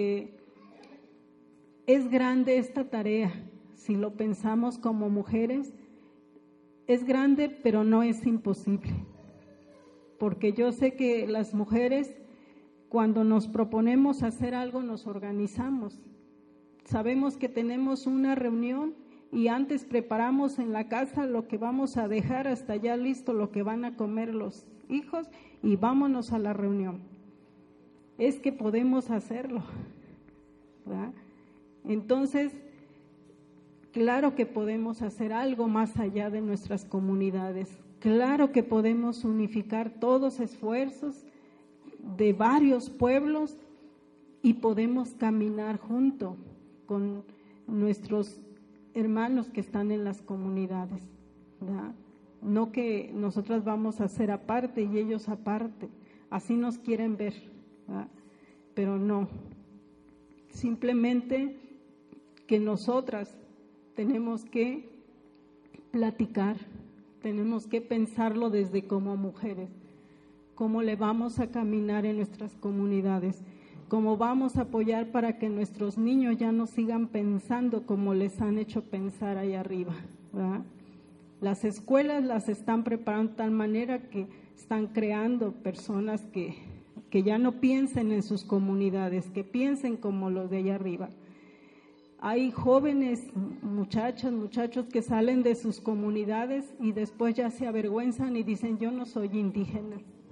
grande esta tarea. Si lo pensamos como mujeres, es grande, pero no es imposible. Porque yo sé que las mujeres, cuando nos proponemos hacer algo, nos organizamos. Sabemos que tenemos una reunión y antes preparamos en la casa lo que vamos a dejar hasta ya listo, lo que van a comer los hijos, y vámonos a la reunión. Es que podemos hacerlo, ¿verdad? Entonces, claro que podemos hacer algo más allá de nuestras comunidades. Claro que podemos unificar todos esfuerzos de varios pueblos y podemos caminar junto con nuestros hermanos que están en las comunidades, ¿verdad? No que nosotras vamos a ser aparte y ellos aparte, así nos quieren ver, ¿verdad? Pero no, simplemente que nosotras tenemos que platicar, tenemos que pensarlo desde como mujeres, cómo le vamos a caminar en nuestras comunidades, cómo vamos a apoyar para que nuestros niños ya no sigan pensando como les han hecho pensar ahí arriba, ¿verdad? Las escuelas las están preparando de tal manera que están creando personas que ya no piensen en sus comunidades, que piensen como los de allá arriba. Hay jóvenes, muchachos que salen de sus comunidades y después ya se avergüenzan y dicen, yo no soy indígena,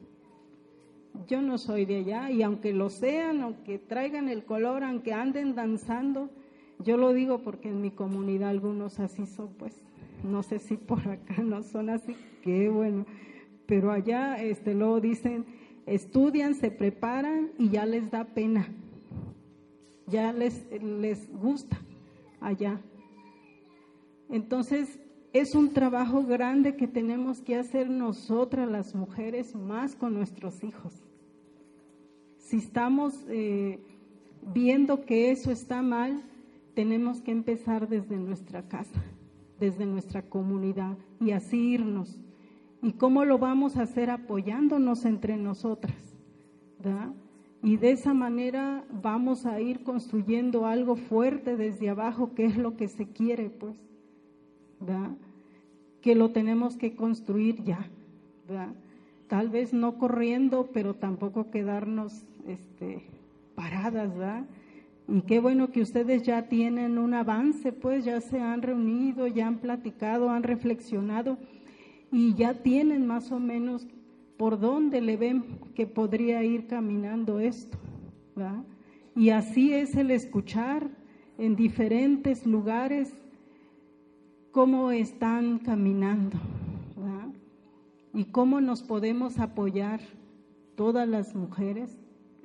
yo no soy de allá, y aunque lo sean, aunque traigan el color, aunque anden danzando, yo lo digo porque en mi comunidad algunos así son, pues, no sé si por acá no son así, qué bueno, pero allá luego dicen, estudian, se preparan y ya les da pena, ya les gusta allá. Entonces es un trabajo grande que tenemos que hacer nosotras las mujeres, más con nuestros hijos. Si estamos viendo que eso está mal, tenemos que empezar desde nuestra casa, desde nuestra comunidad, y así irnos. ¿Y cómo lo vamos a hacer? Apoyándonos entre nosotras, ¿verdad? Y de esa manera vamos a ir construyendo algo fuerte desde abajo, que es lo que se quiere, pues, ¿verdad? Que lo tenemos que construir ya, ¿verdad? Tal vez no corriendo, pero tampoco quedarnos paradas, ¿verdad? Y qué bueno que ustedes ya tienen un avance, pues ya se han reunido, ya han platicado, han reflexionado y ya tienen más o menos por dónde le ven que podría ir caminando esto, ¿verdad? Y así es el escuchar en diferentes lugares cómo están caminando, ¿verdad? Y cómo nos podemos apoyar todas las mujeres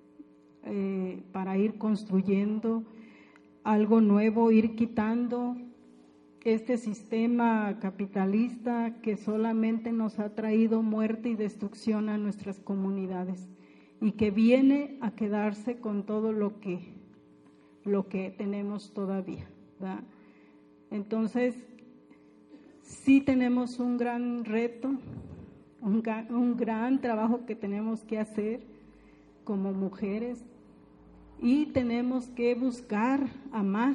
para ir construyendo algo nuevo, ir quitando este sistema capitalista que solamente nos ha traído muerte y destrucción a nuestras comunidades y que viene a quedarse con todo lo que tenemos todavía, ¿verdad? Entonces, sí tenemos un gran reto, un gran trabajo que tenemos que hacer como mujeres, y tenemos que buscar a más.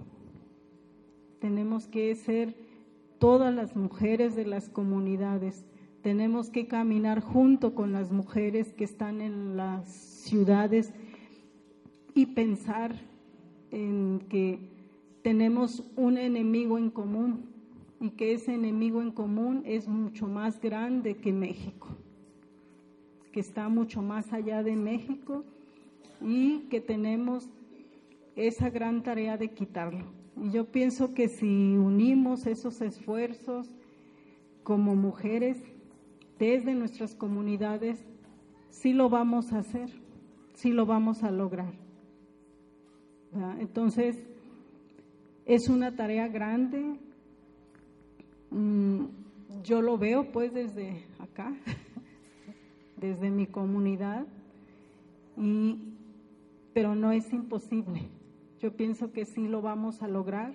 Tenemos que ser todas las mujeres de las comunidades, tenemos que caminar junto con las mujeres que están en las ciudades y pensar en que tenemos un enemigo en común y que ese enemigo en común es mucho más grande que México, que está mucho más allá de México y que tenemos esa gran tarea de quitarlo. Y yo pienso que si unimos esos esfuerzos como mujeres desde nuestras comunidades, sí lo vamos a hacer, sí lo vamos a lograr, ¿verdad? Entonces, es una tarea grande. Yo lo veo pues desde acá, desde mi comunidad, pero no es imposible. Yo pienso que sí lo vamos a lograr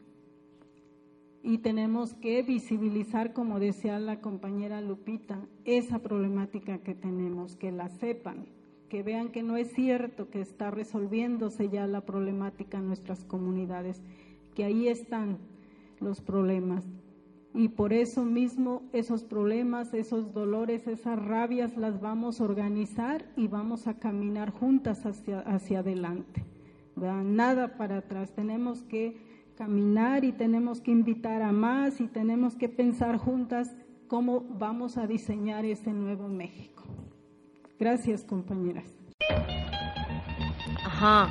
y tenemos que visibilizar, como decía la compañera Lupita, esa problemática que tenemos, que la sepan, que vean que no es cierto que está resolviéndose ya la problemática en nuestras comunidades, que ahí están los problemas. Y por eso mismo esos problemas, esos dolores, esas rabias las vamos a organizar y vamos a caminar juntas hacia adelante, ¿verdad? Nada para atrás, tenemos que caminar y tenemos que invitar a más y tenemos que pensar juntas cómo vamos a diseñar ese nuevo México. Gracias, compañeras. Ajá.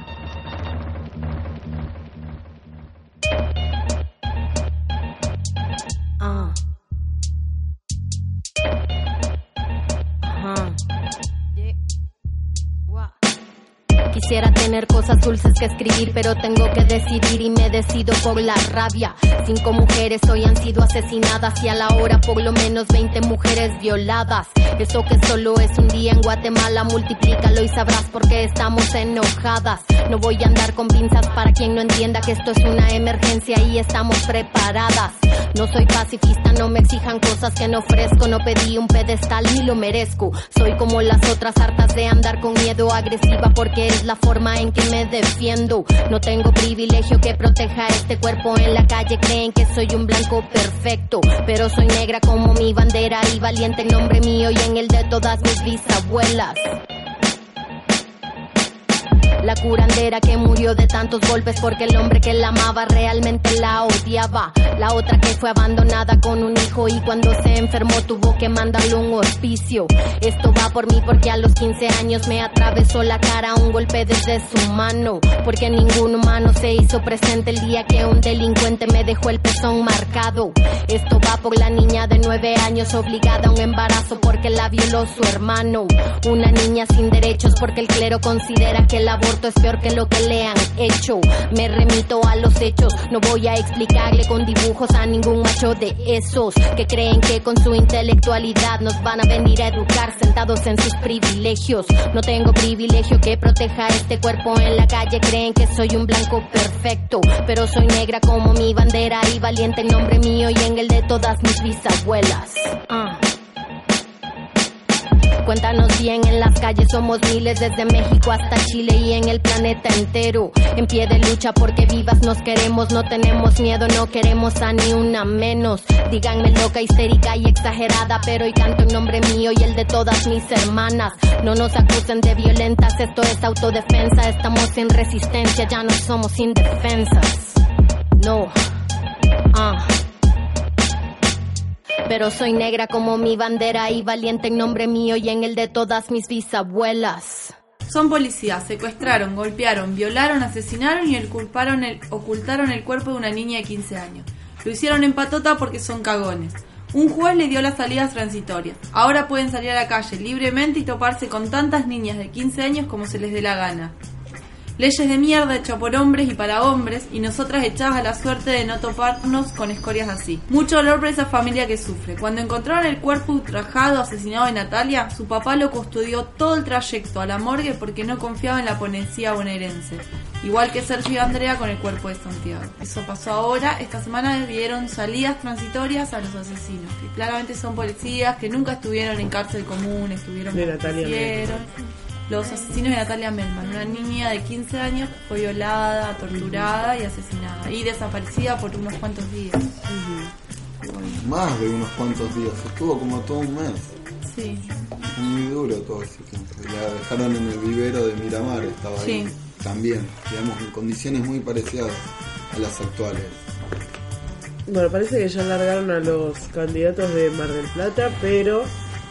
Quisiera tener cosas dulces que escribir, pero tengo que decidir y me decido por la rabia. 5 mujeres hoy han sido asesinadas y a la hora por lo menos 20 mujeres violadas. Eso que solo es un día en Guatemala, multiplícalo y sabrás por qué estamos enojadas. No voy a andar con pinzas para quien no entienda que esto es una emergencia y estamos preparadas. No soy pacifista, no me exijan cosas que no ofrezco. No pedí un pedestal ni lo merezco. Soy como las otras, hartas de andar con miedo, agresiva porque es la la forma en que me defiendo. No tengo privilegio que proteja este cuerpo. En la calle creen que soy un blanco perfecto, pero soy negra como mi bandera y valiente en nombre mío y en el de todas mis bisabuelas. La curandera que murió de tantos golpes porque el hombre que la amaba realmente la odiaba. La otra que fue abandonada con un hijo y cuando se enfermó tuvo que mandarle un hospicio. Esto va por mí porque a los 15 años me atravesó la cara un golpe desde su mano. Porque ningún humano se hizo presente el día que un delincuente me dejó el pezón marcado. Esto va por la niña de 9 años obligada a un embarazo porque la violó su hermano. Una niña sin derechos porque el clero considera que el aborto es peor que lo que le han hecho. Me remito a los hechos, no voy a explicarle con dibujos a ningún macho de esos que creen que con su intelectualidad nos van a venir a educar sentados en sus privilegios. No tengo privilegio que proteja este cuerpo. En la calle creen que soy un blanco perfecto, pero soy negra como mi bandera y valiente en nombre mío y en el de todas mis bisabuelas. Cuéntanos bien, en las calles somos miles, desde México hasta Chile y en el planeta entero. En pie de lucha porque vivas nos queremos, no tenemos miedo, no queremos a ni una menos. Díganme loca, histérica y exagerada, pero hoy canto en nombre mío y el de todas mis hermanas. No nos acusen de violentas, esto es autodefensa. Estamos en resistencia, ya no somos indefensas. No. Pero soy negra como mi bandera y valiente en nombre mío y en el de todas mis bisabuelas. Son policías, secuestraron, golpearon, violaron, asesinaron y ocultaron el cuerpo de una niña de 15 años. Lo hicieron en patota porque son cagones. Un juez le dio las salidas transitorias. Ahora pueden salir a la calle libremente y toparse con tantas niñas de 15 años como se les dé la gana. Leyes de mierda hechas por hombres y para hombres, y nosotras echadas a la suerte de no toparnos con escorias así. Mucho dolor por esa familia que sufre. Cuando encontraron el cuerpo ultrajado, asesinado de Natalia, su papá lo custodió todo el trayecto a la morgue porque no confiaba en la policía bonaerense. Igual que Sergio y Andrea con el cuerpo de Santiago. Eso pasó ahora. Esta semana dieron salidas transitorias a los asesinos, que claramente son policías, que nunca estuvieron en cárcel común, estuvieron de Natalia. Los asesinos de Natalia Melman, una niña de 15 años que fue violada, torturada y asesinada y desaparecida por unos cuantos días. Más de unos cuantos días, estuvo como todo un mes. Sí. Muy duro todo ese tiempo. La dejaron en el vivero de Miramar, estaba ahí también, digamos, en condiciones muy parecidas a las actuales. Bueno, parece que ya largaron a los candidatos de Mar del Plata, pero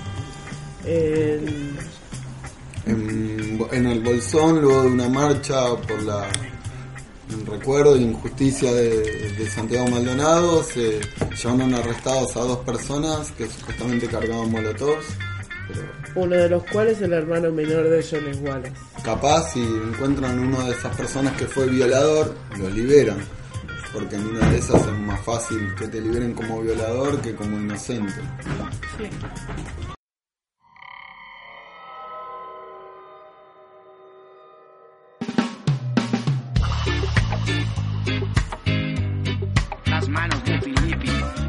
en el Bolsón, luego de una marcha por en recuerdo y injusticia de Santiago Maldonado, se llevaron arrestados a 2 personas que supuestamente cargaban molotovs, pero uno de los cuales es el hermano menor de Jones Wallace. Capaz si encuentran uno de esas personas que fue violador, lo liberan, porque en una de esas es más fácil que te liberen como violador que como inocente. Sí. Las manos de Filipe.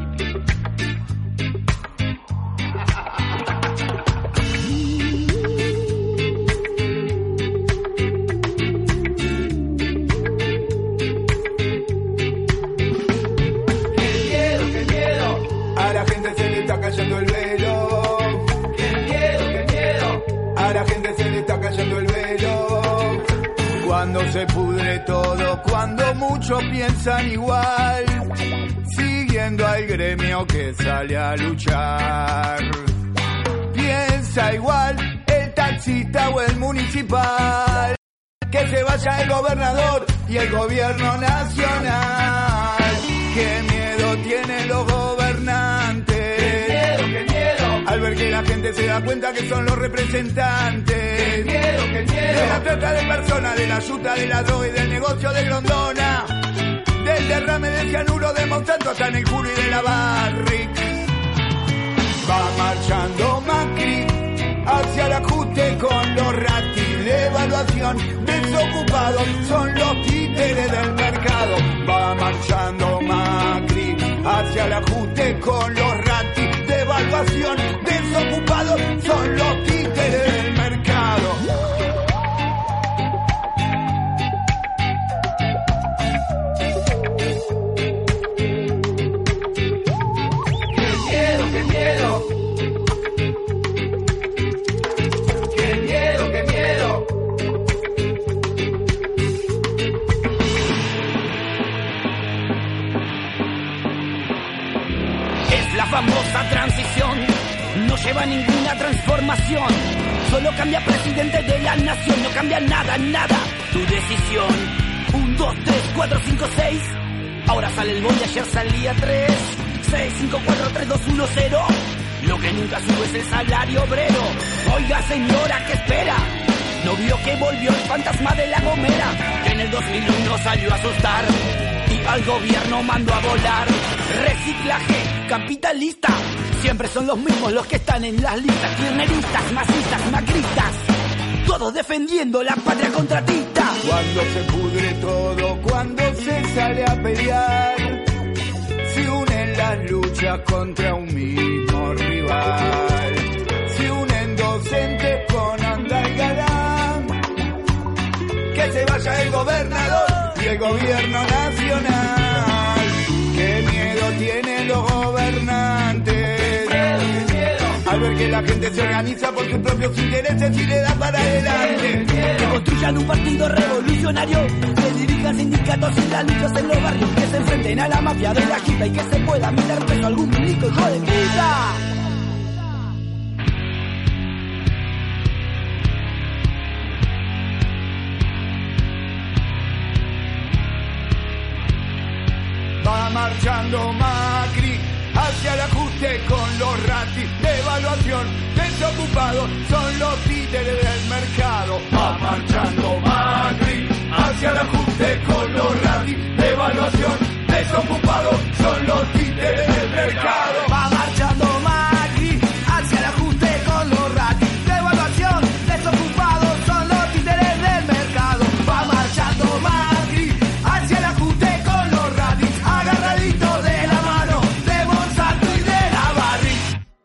Qué miedo, a la gente se le está cayendo el velo. Qué miedo, a la gente se le está cayendo el velo. Cuando se pudre todo, cuando muchos piensan igual, siguiendo al gremio que sale a luchar. Piensa igual el taxista o el municipal, que se vaya el gobernador y el gobierno nacional. Qué miedo tienen los gobernantes. Qué miedo, al ver que la gente se da cuenta que son los representantes. Qué miedo, de la trata de personas, de la yuta, de la droga y del negocio de Grondona, del derrame de cianuro de Monsanto hasta en el Juro y de la Barrick. Va marchando Macri hacia el ajuste con los ratis de evaluación. Desocupados son los títeres del mercado. Va marchando Macri hacia el ajuste con los ratis de evaluación. Desocupados son los títeres del mercado. la famosa transición no lleva ninguna transformación. Solo cambia presidente de la nación, no cambia nada, nada. Tu decisión. 1, 2, 3, 4, 5, 6. Ahora sale el bondi, ayer salía 3. 6, 5, 4, 3, 2, 1, 0. Lo que nunca sube es el salario obrero. Oiga señora, ¿qué espera? ¿No vio que volvió el fantasma de La Gomera? Que en el 2001 salió a asustar y al gobierno mandó a volar. Reciclaje capitalista. Siempre son los mismos los que están en las listas. Kirchneristas, masistas, macristas. Todos defendiendo la patria contratista. Cuando se pudre todo, cuando se sale a pelear, se unen las luchas contra un mismo rival. Se unen docentes con Andalgalán. Que se vaya el gobernador y el gobierno nacional. Qué miedo tienen los gobernantes al ver que la gente se organiza por sus propios intereses y le da para adelante. Que construyan un partido revolucionario, que dirijan sindicatos y las luchas en los barrios, que se enfrenten a la mafia de la quita y que se pueda meter preso algún milico hijo de puta. Va marchando Macri hacia el ajuste con los ratis de evaluación. Desocupados son los títeres del mercado. Va marchando Macri hacia el ajuste con los ratis de evaluación. Desocupados son los títeres del mercado. Va marchando Macri hacia el ajuste con los ratis de evaluación. Desocupados son los títeres del mercado. Va marchando Macri hacia el ajuste con los ratis, agarradito de la mano de Monsanto y de la Barri.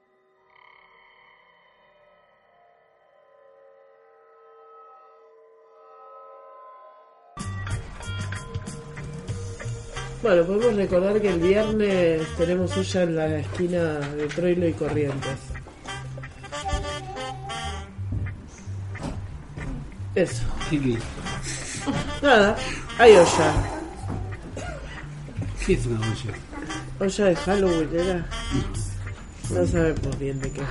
Bueno, podemos recordar que el viernes tenemos olla en la esquina de Troilo y Corrientes. Eso. Nada, hay olla. ¿Qué es una olla? Olla de Halloween, ¿era? No sabemos bien de qué.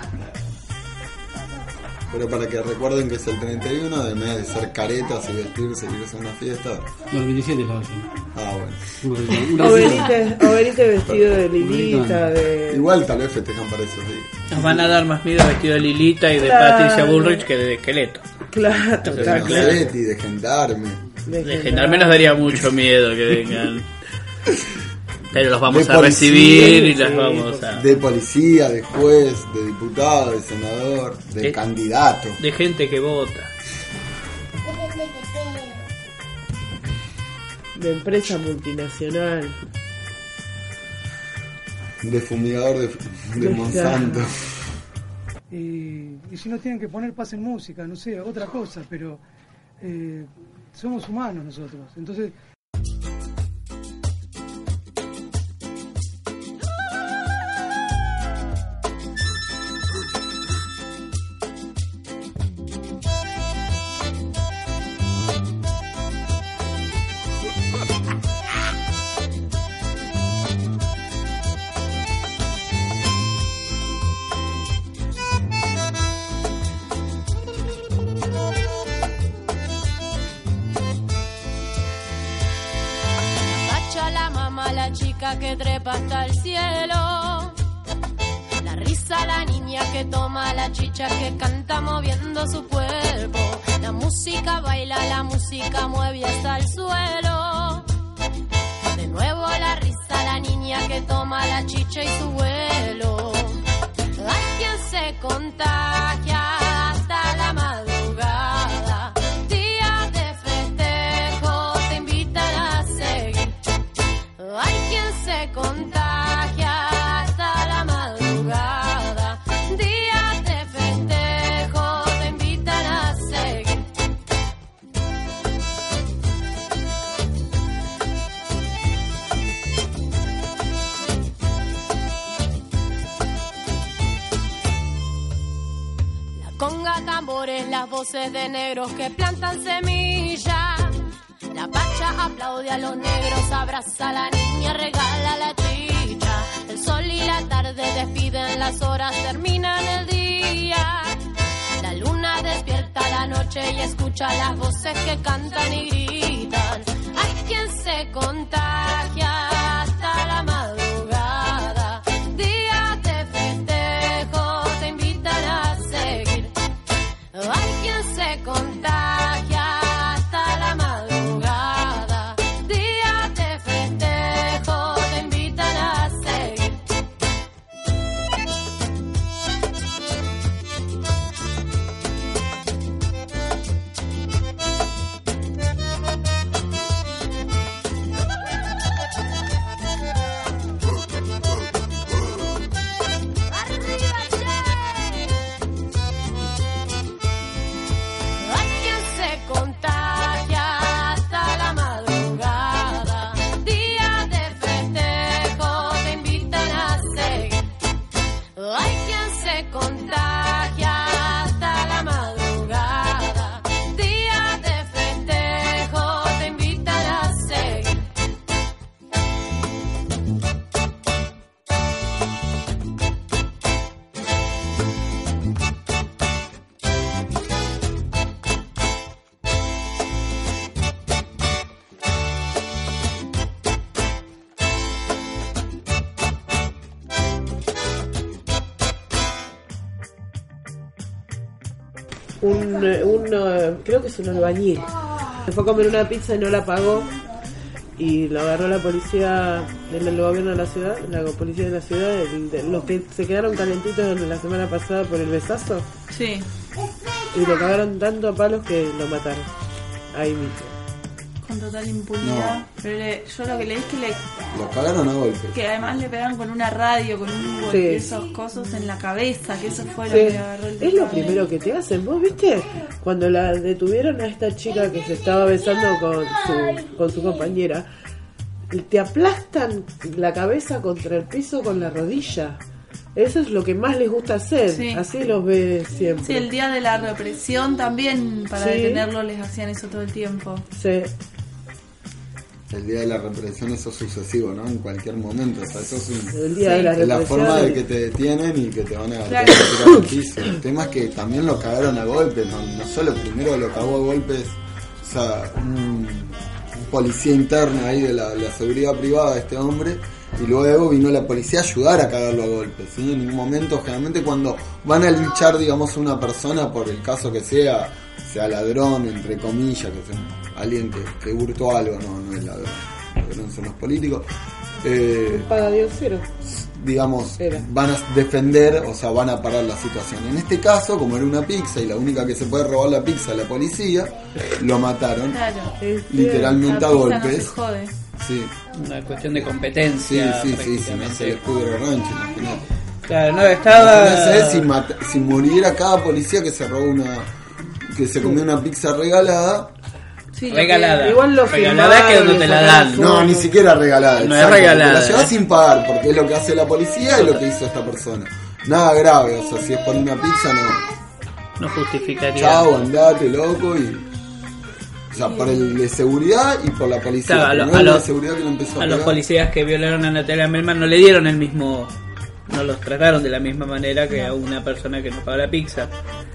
Pero para que recuerden que es el 31, en vez de ser caretas y vestirse y irse a una fiesta. No, el 27 es la olla. Ah, bueno. O venite vestido de Lilita, de... Igual tal vez festejan para esos días. Nos van a dar más miedo vestido de Lilita y de Claro. Patricia Bullrich que de esqueleto. Claro, De claro. Nacetti, de Gendarme. De Gendarme nos daría mucho miedo que vengan. Pero los vamos De a policía, recibir y sí, las vamos a... De policía, de juez, de diputado, de senador, de candidato. De gente que vota. De empresa multinacional. De fumigador de Monsanto. Y si no tienen que poner pasen música, no sé, otra cosa, pero somos humanos nosotros. Entonces... La chica que trepa hasta el cielo, la risa, la niña que toma la chicha, que canta moviendo su cuerpo, la música baila, la música mueve hasta el suelo. De nuevo la risa, la niña que toma la chicha y su vuelo. Hay quien se contagia hasta la madrugada. Día de festejo te invitan a seguir. Hay quien se contagia hasta la madrugada. Día de festejo te invitan a seguir. La conga, tambores, las voces de negros que plantan semillas. La pacha aplaude a los negros, abraza a la niña, regala la chicha. El sol y la tarde despiden las horas, terminan el día. La luna despierta la noche y escucha las voces que cantan y gritan. Hay quien se contagia hasta la madrugada. Días de festejo te invitan a seguir. Hay quien se contagia hasta la madrugada. Días de festejo te invitan a seguir. Hay quien se contagia hasta la madrugada. Días de festejo te invitan a seguir. Hay quien se contagia hasta la madrugada. Días de festejo te invitan a seguir. Creo que es un albañil. Se fue a comer una pizza y no la pagó. Y lo agarró la policía del gobierno de la ciudad, la policía de la ciudad, los que se quedaron calentitos la semana pasada por el besazo. Sí. Y lo cagaron tanto a palos que lo mataron. Ahí mismo. Con total impunidad. No. Pero yo lo que leí es que Lo cagaron a golpe. que además le pegaron con una radio, con un Sí. esos cosos en la cabeza, que eso fue lo Sí. que agarró el Es lo primero que te hacen. ¿Vos viste? Cuando la detuvieron a esta chica que se estaba besando con su compañera, te aplastan la cabeza contra el piso con la rodilla. Eso es lo que más les gusta hacer. Sí. Así los ves siempre. Sí, el día de la represión también, para Sí. detenerlo, les hacían eso todo el tiempo. Sí. El día de la represión, eso es sucesivo, ¿no? En cualquier momento. O sea, eso es El día de la es la represión. forma de que te detienen y que te van a Claro. tirar al piso. El tema es que también lo cagaron a golpes. No solo primero lo cagó a golpes, o sea, un policía interno ahí de la seguridad privada de este hombre. Y luego vino la policía a ayudar a cagarlo a golpes, ¿sí? En ningún momento, generalmente cuando van a linchar, digamos, a una persona por el caso que sea ladrón, entre comillas, que sea alguien que hurtó algo, no es ladrón, ladrón son los políticos, Paga Dios cero. digamos, Era. van a defender, o sea, van a parar la situación. En este caso, como era una pizza y la única que se puede robar la pizza es la policía, lo mataron, Claro. literalmente a La pizza golpes. No se jode. Sí, Una cuestión de sí, competencia. sí, se me hace el escudo de rancho, imagínate. Claro, no, estaba. Imagínense si muriera cada policía que se robó que se comió una pizza regalada. Sí, Regalada. Igual lo Regalada que filmaron, no le te la sacaron dan. No, ni siquiera regalada. No es exacto, regalada. porque la llevas sin pagar, porque es lo que hace la policía y lo que hizo esta persona. Nada grave, o sea, si es por una pizza, no. No justificaría. Chao, andate, loco, y. O sea, por el de seguridad y por la policía. Claro, Primero el de seguridad que lo empezó a los pegar. policías que violaron a Natalia Melman no le dieron el mismo. No los trataron de la misma manera que a una persona que no paga la pizza.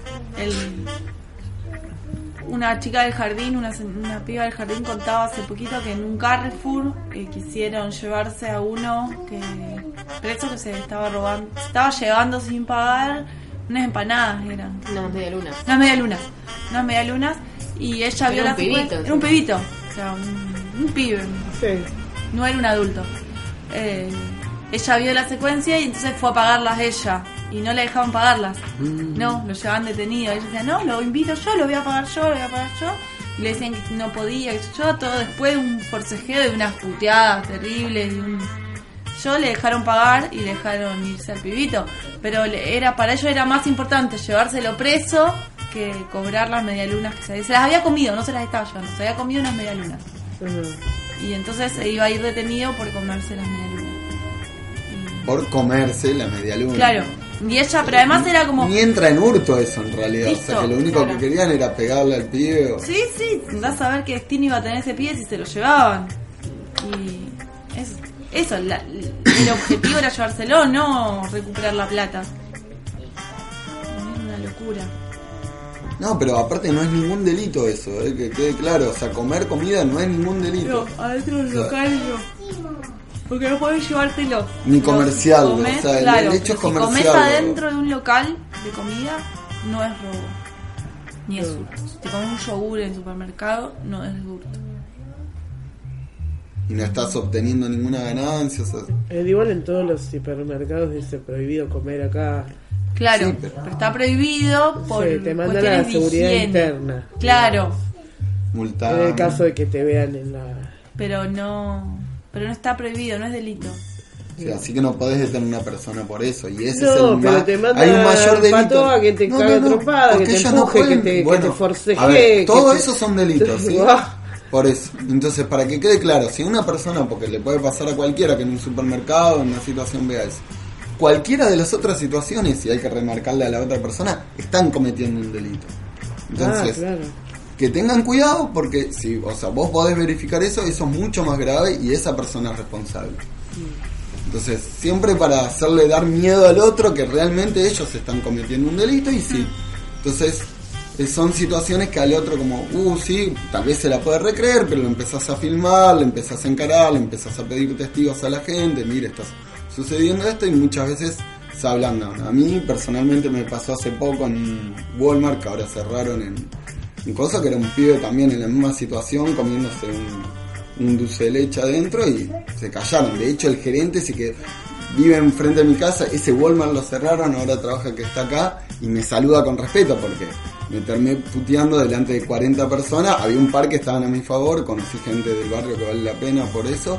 Una chica del jardín, una piba del jardín contaba hace poquito que en un Carrefour quisieron llevarse a uno que preso que se estaba llevando sin pagar unas empanadas, eran Unas medialunas. unas medialunas y ella vio Era la un pibito, secuencia. sí. Era un pibito, o sea, un pibe, no era un adulto. Ella vio la secuencia y entonces fue a pagarlas ella y no le dejaban pagarlas. No, lo llevaban detenido. Ella decía, no, lo invito yo, lo voy a pagar yo. Y le decían que no podía, que yo, todo después de un forcejeo, de unas puteadas terribles, yo le dejaron pagar y dejaron irse al pibito. Pero para ellos era más importante llevárselo preso que cobrar las medialunas que se las había comido, no se las estaba llevando, se había comido unas medialunas. Y entonces se iba a ir detenido por comerse las medialunas. Por comerse la media luna. Claro, y ella, pero además era como... Ni entra en hurto eso en realidad. Listo, o sea, que lo único claro. que querían era pegarle al pibe. Sí, andás a ver qué destino iba a tener ese pibe si se lo llevaban. Y eso, el objetivo era llevárselo, no recuperar la plata. Es una locura. No, pero aparte no es ningún delito eso, que quede claro. O sea, comer comida no es ningún delito. No, adentro del local no. Porque no podés llevártelo. Ni comercial, comés, o sea, claro, el hecho es comercial. Si comés adentro de un local de comida, no es robo. Ni es hurto. Si te comes un yogur en el supermercado, no es hurto. Y no estás obteniendo ninguna ganancia. O sea. Igual en todos los supermercados dice prohibido comer acá. Claro, Sí, pero está prohibido por te mandan a la seguridad interna. Claro. Multar. En el caso de que te vean en la... Pero no está prohibido, no es delito. Sí, así que no podés detener a una persona por eso. Y ese No, es el pero te manda hay un mayor delito. patoa que te caga trompada, que te empuje, que te forceje. A ver, todo que eso son delitos, ¿sí? Por eso. Entonces, para que quede claro, si una persona, porque le puede pasar a cualquiera que en un supermercado, en una situación vea eso, cualquiera de las otras situaciones, y hay que remarcarle a la otra persona, están cometiendo un delito. Entonces, claro. Que tengan cuidado porque si, o sea, vos podés verificar eso es mucho más grave y esa persona es responsable. Entonces, siempre para hacerle dar miedo al otro que realmente ellos están cometiendo un delito y sí. Entonces, son situaciones que al otro como, sí, tal vez se la puede recreer, pero lo empezás a filmar, le empezás a encarar, le empezás a pedir testigos a la gente, mire, está sucediendo esto y muchas veces se ablandan. A mí personalmente me pasó hace poco en Walmart, que ahora cerraron en cosa, que era un pibe también en la misma situación comiéndose un dulce de leche adentro y se callaron. De hecho el gerente que vive enfrente de mi casa, ese Walmart lo cerraron, ahora trabaja que está acá y me saluda con respeto porque me terminé puteando delante de 40 personas. Había un par que estaban a mi favor, conocí gente del barrio que vale la pena por eso,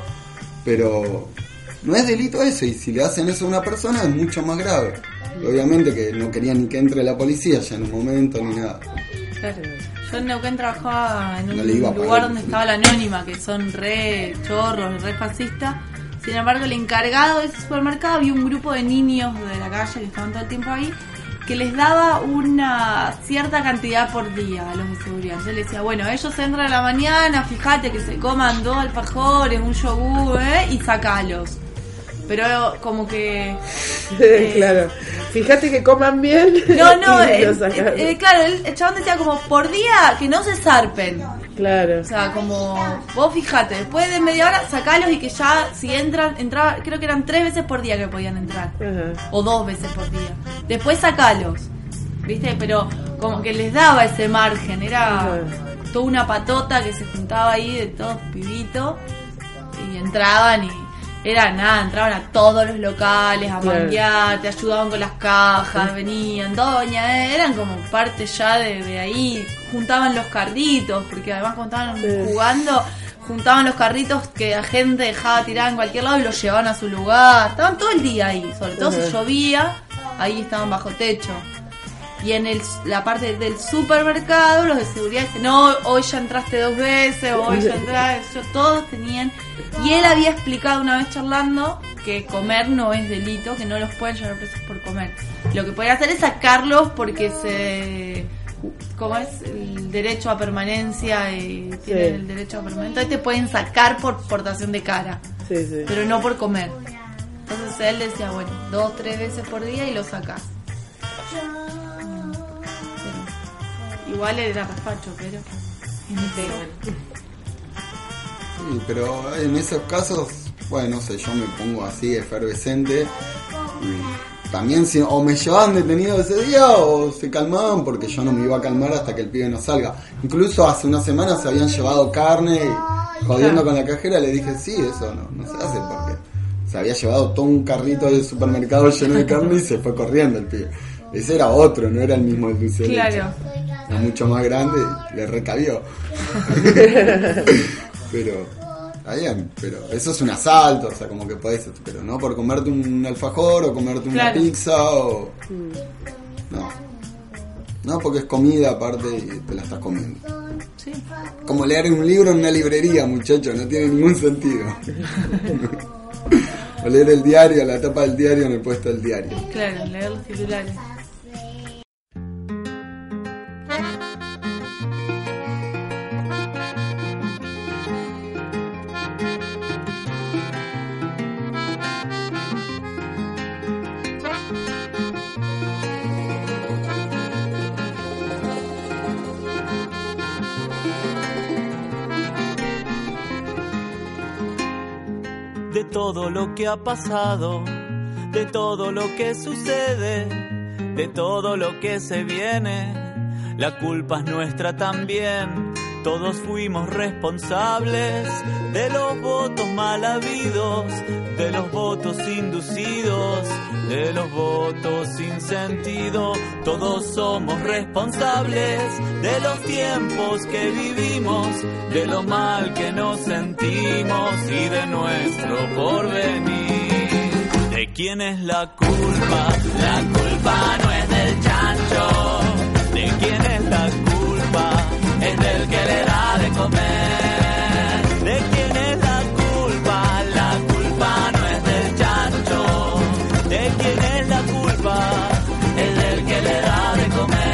pero no es delito eso, y si le hacen eso a una persona es mucho más grave. Y obviamente que no quería ni que entre la policía ya en un momento ni nada. Claro. Yo en Neuquén trabajaba en un No lugar donde estaba la Anónima, que son re chorros, re fascistas. Sin embargo, el encargado de ese supermercado, había un grupo de niños de la calle que estaban todo el tiempo ahí, que les daba una cierta cantidad por día a los de seguridad. Yo les decía, bueno, ellos entran a la mañana, fíjate que se coman 2 alfajores, un yogur, y sacalos. Pero como que... claro, fíjate que coman bien. No, claro, el chabón decía como por día que no se zarpen. Claro. O sea, como vos fíjate, después de media hora sacalos y que ya si entraba, creo que eran 3 veces por día que podían entrar. O 2 veces por día. Después sacalos, ¿viste? Pero como que les daba ese margen, era toda una patota que se juntaba ahí de todos pibitos y entraban y... entraban a todos los locales a manguear, te ayudaban con las cajas, venían, doña, eran como parte ya de ahí, juntaban los carritos, porque además cuando estaban jugando, juntaban los carritos que la gente dejaba tirada en cualquier lado y los llevaban a su lugar, estaban todo el día ahí, sobre todo si llovía, ahí estaban bajo techo. Y en la parte del supermercado, los de seguridad dicen, no, hoy ya entraste 2 veces, hoy ya entraste, todos tenían... Y él había explicado una vez charlando que comer no es delito, que no los pueden llevar presos por comer. Lo que pueden hacer es sacarlos porque como es el derecho a permanencia, tienen el derecho a permanencia, entonces te pueden sacar por portación de cara, pero no por comer. Entonces él decía, bueno, 2-3 veces por día y lo sacás. Igual era raspacho, pero sí, pero en esos casos, bueno, no sé, yo me pongo así efervescente y también o me llevaban detenido ese día o se calmaban porque yo no me iba a calmar hasta que el pibe no salga. Incluso hace unas semanas se habían llevado carne y jodiendo con la cajera le dije, sí, eso no se hace porque se había llevado todo un carrito del supermercado lleno de carne y se fue corriendo el pibe. Ese era otro, no era el mismo del dulce de leche. Era mucho más grande, le recabió. Pero, está bien, pero eso es un asalto, o sea, como que podés, pero no por comerte un alfajor o comerte una pizza o... No, porque es comida aparte y te la estás comiendo. Sí. Como leer un libro en una librería, muchachos, no tiene ningún sentido. O leer el diario, la tapa del diario en el puesto del diario. Claro, leer los titulares. todo lo que ha pasado, de todo lo que sucede, de todo lo que se viene. La culpa es nuestra también, todos fuimos responsables de los votos mal habidos, de los votos inducidos, de los votos sin sentido. Todos somos responsables de los tiempos que vivimos, de lo mal que nos sentimos y de nuestro porvenir. ¿De quién es la culpa? La culpa no es del chancho. ¿De quién es la culpa? Es del que le da de comer. ¿De quién es la culpa? La culpa no es del chancho. ¿De quién es la culpa? Es del que le da de comer.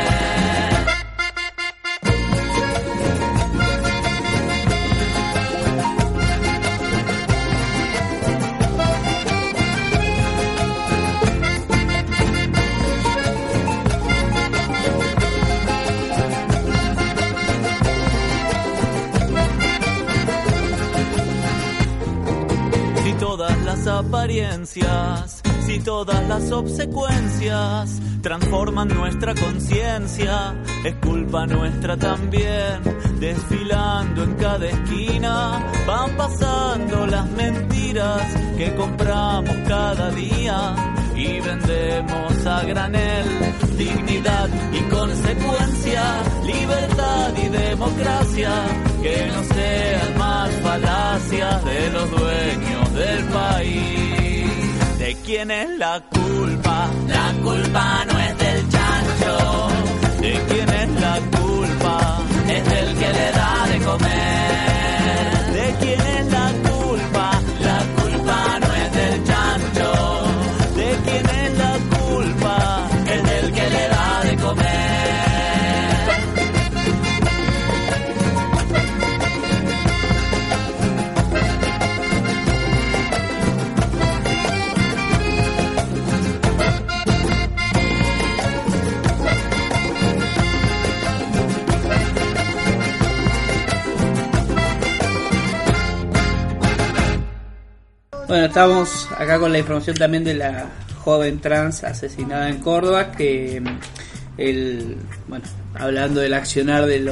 Apariencias, si todas las obsecuencias transforman nuestra conciencia, es culpa nuestra también. Desfilando en cada esquina van pasando las mentiras que compramos cada día y vendemos a granel. Dignidad y consecuencia, libertad y democracia, que no sean más falacias de los dueños del país. ¿De quién es la culpa? La culpa no es del chancho. ¿De quién es la culpa? Es del que le da de comer. ¿De quién es la culpa? La culpa no es del chancho. ¿De quién es la culpa? Es del que le da de comer. Bueno, estamos acá con la información también de la joven trans asesinada en Córdoba, que hablando del accionar de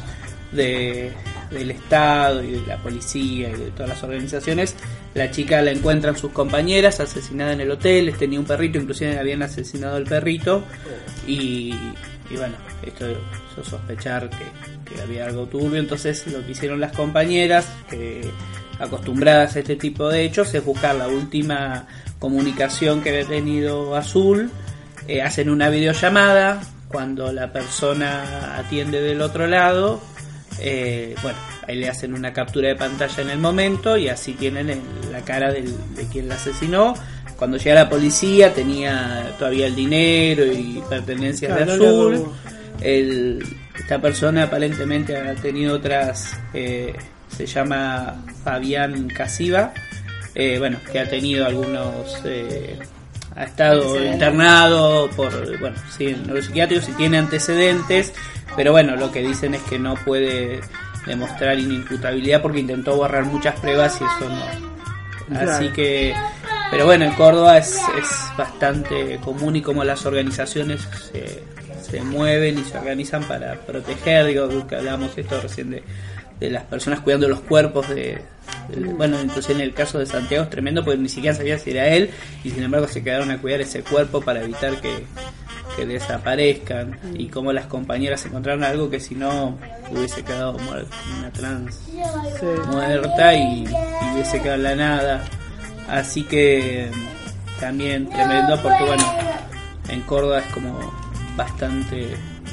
del Estado y de la policía y de todas las organizaciones, la chica la encuentran sus compañeras asesinada en el hotel. Tenía un perrito, inclusive habían asesinado al perrito y bueno, esto hizo sospechar que había algo turbio. Entonces lo que hicieron las compañeras, acostumbradas a este tipo de hechos, es buscar la última comunicación que había tenido Azul, hacen una videollamada. Cuando la persona atiende del otro lado, ahí le hacen una captura de pantalla en el momento y así tienen la cara de quien la asesinó. Cuando llega la policía tenía todavía el dinero y pertenencias de Azul. Esta persona aparentemente ha tenido otras... se llama Fabián Casiva, que ha tenido algunos, ha estado internado en los psiquiátricos y tiene antecedentes, pero bueno, lo que dicen es que no puede demostrar inimputabilidad porque intentó borrar muchas pruebas y eso no. Claro. Así que, pero bueno, en Córdoba es bastante común y como las organizaciones se mueven y se organizan para proteger, que hablábamos esto recién de las personas cuidando los cuerpos entonces en el caso de Santiago es tremendo porque ni siquiera sabía si era él y sin embargo se quedaron a cuidar ese cuerpo para evitar que desaparezcan, y como las compañeras encontraron algo que si no hubiese quedado una trans muerta y hubiese quedado en la nada. Así que también tremendo porque en Córdoba es como bastante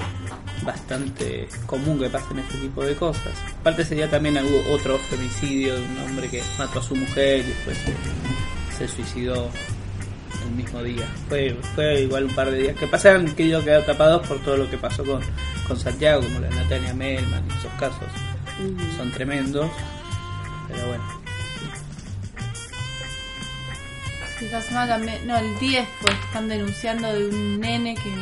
común que pasen este tipo de cosas. Aparte sería también otro femicidio de un hombre que mató a su mujer y después se suicidó el mismo día. Fue igual un par de días que pasaron, que ellos quedaron tapados por todo lo que pasó con Santiago, como la Natalia Melman y esos casos. Son tremendos, pero bueno. Sí, esta semana también, el 10 pues están denunciando de un nene que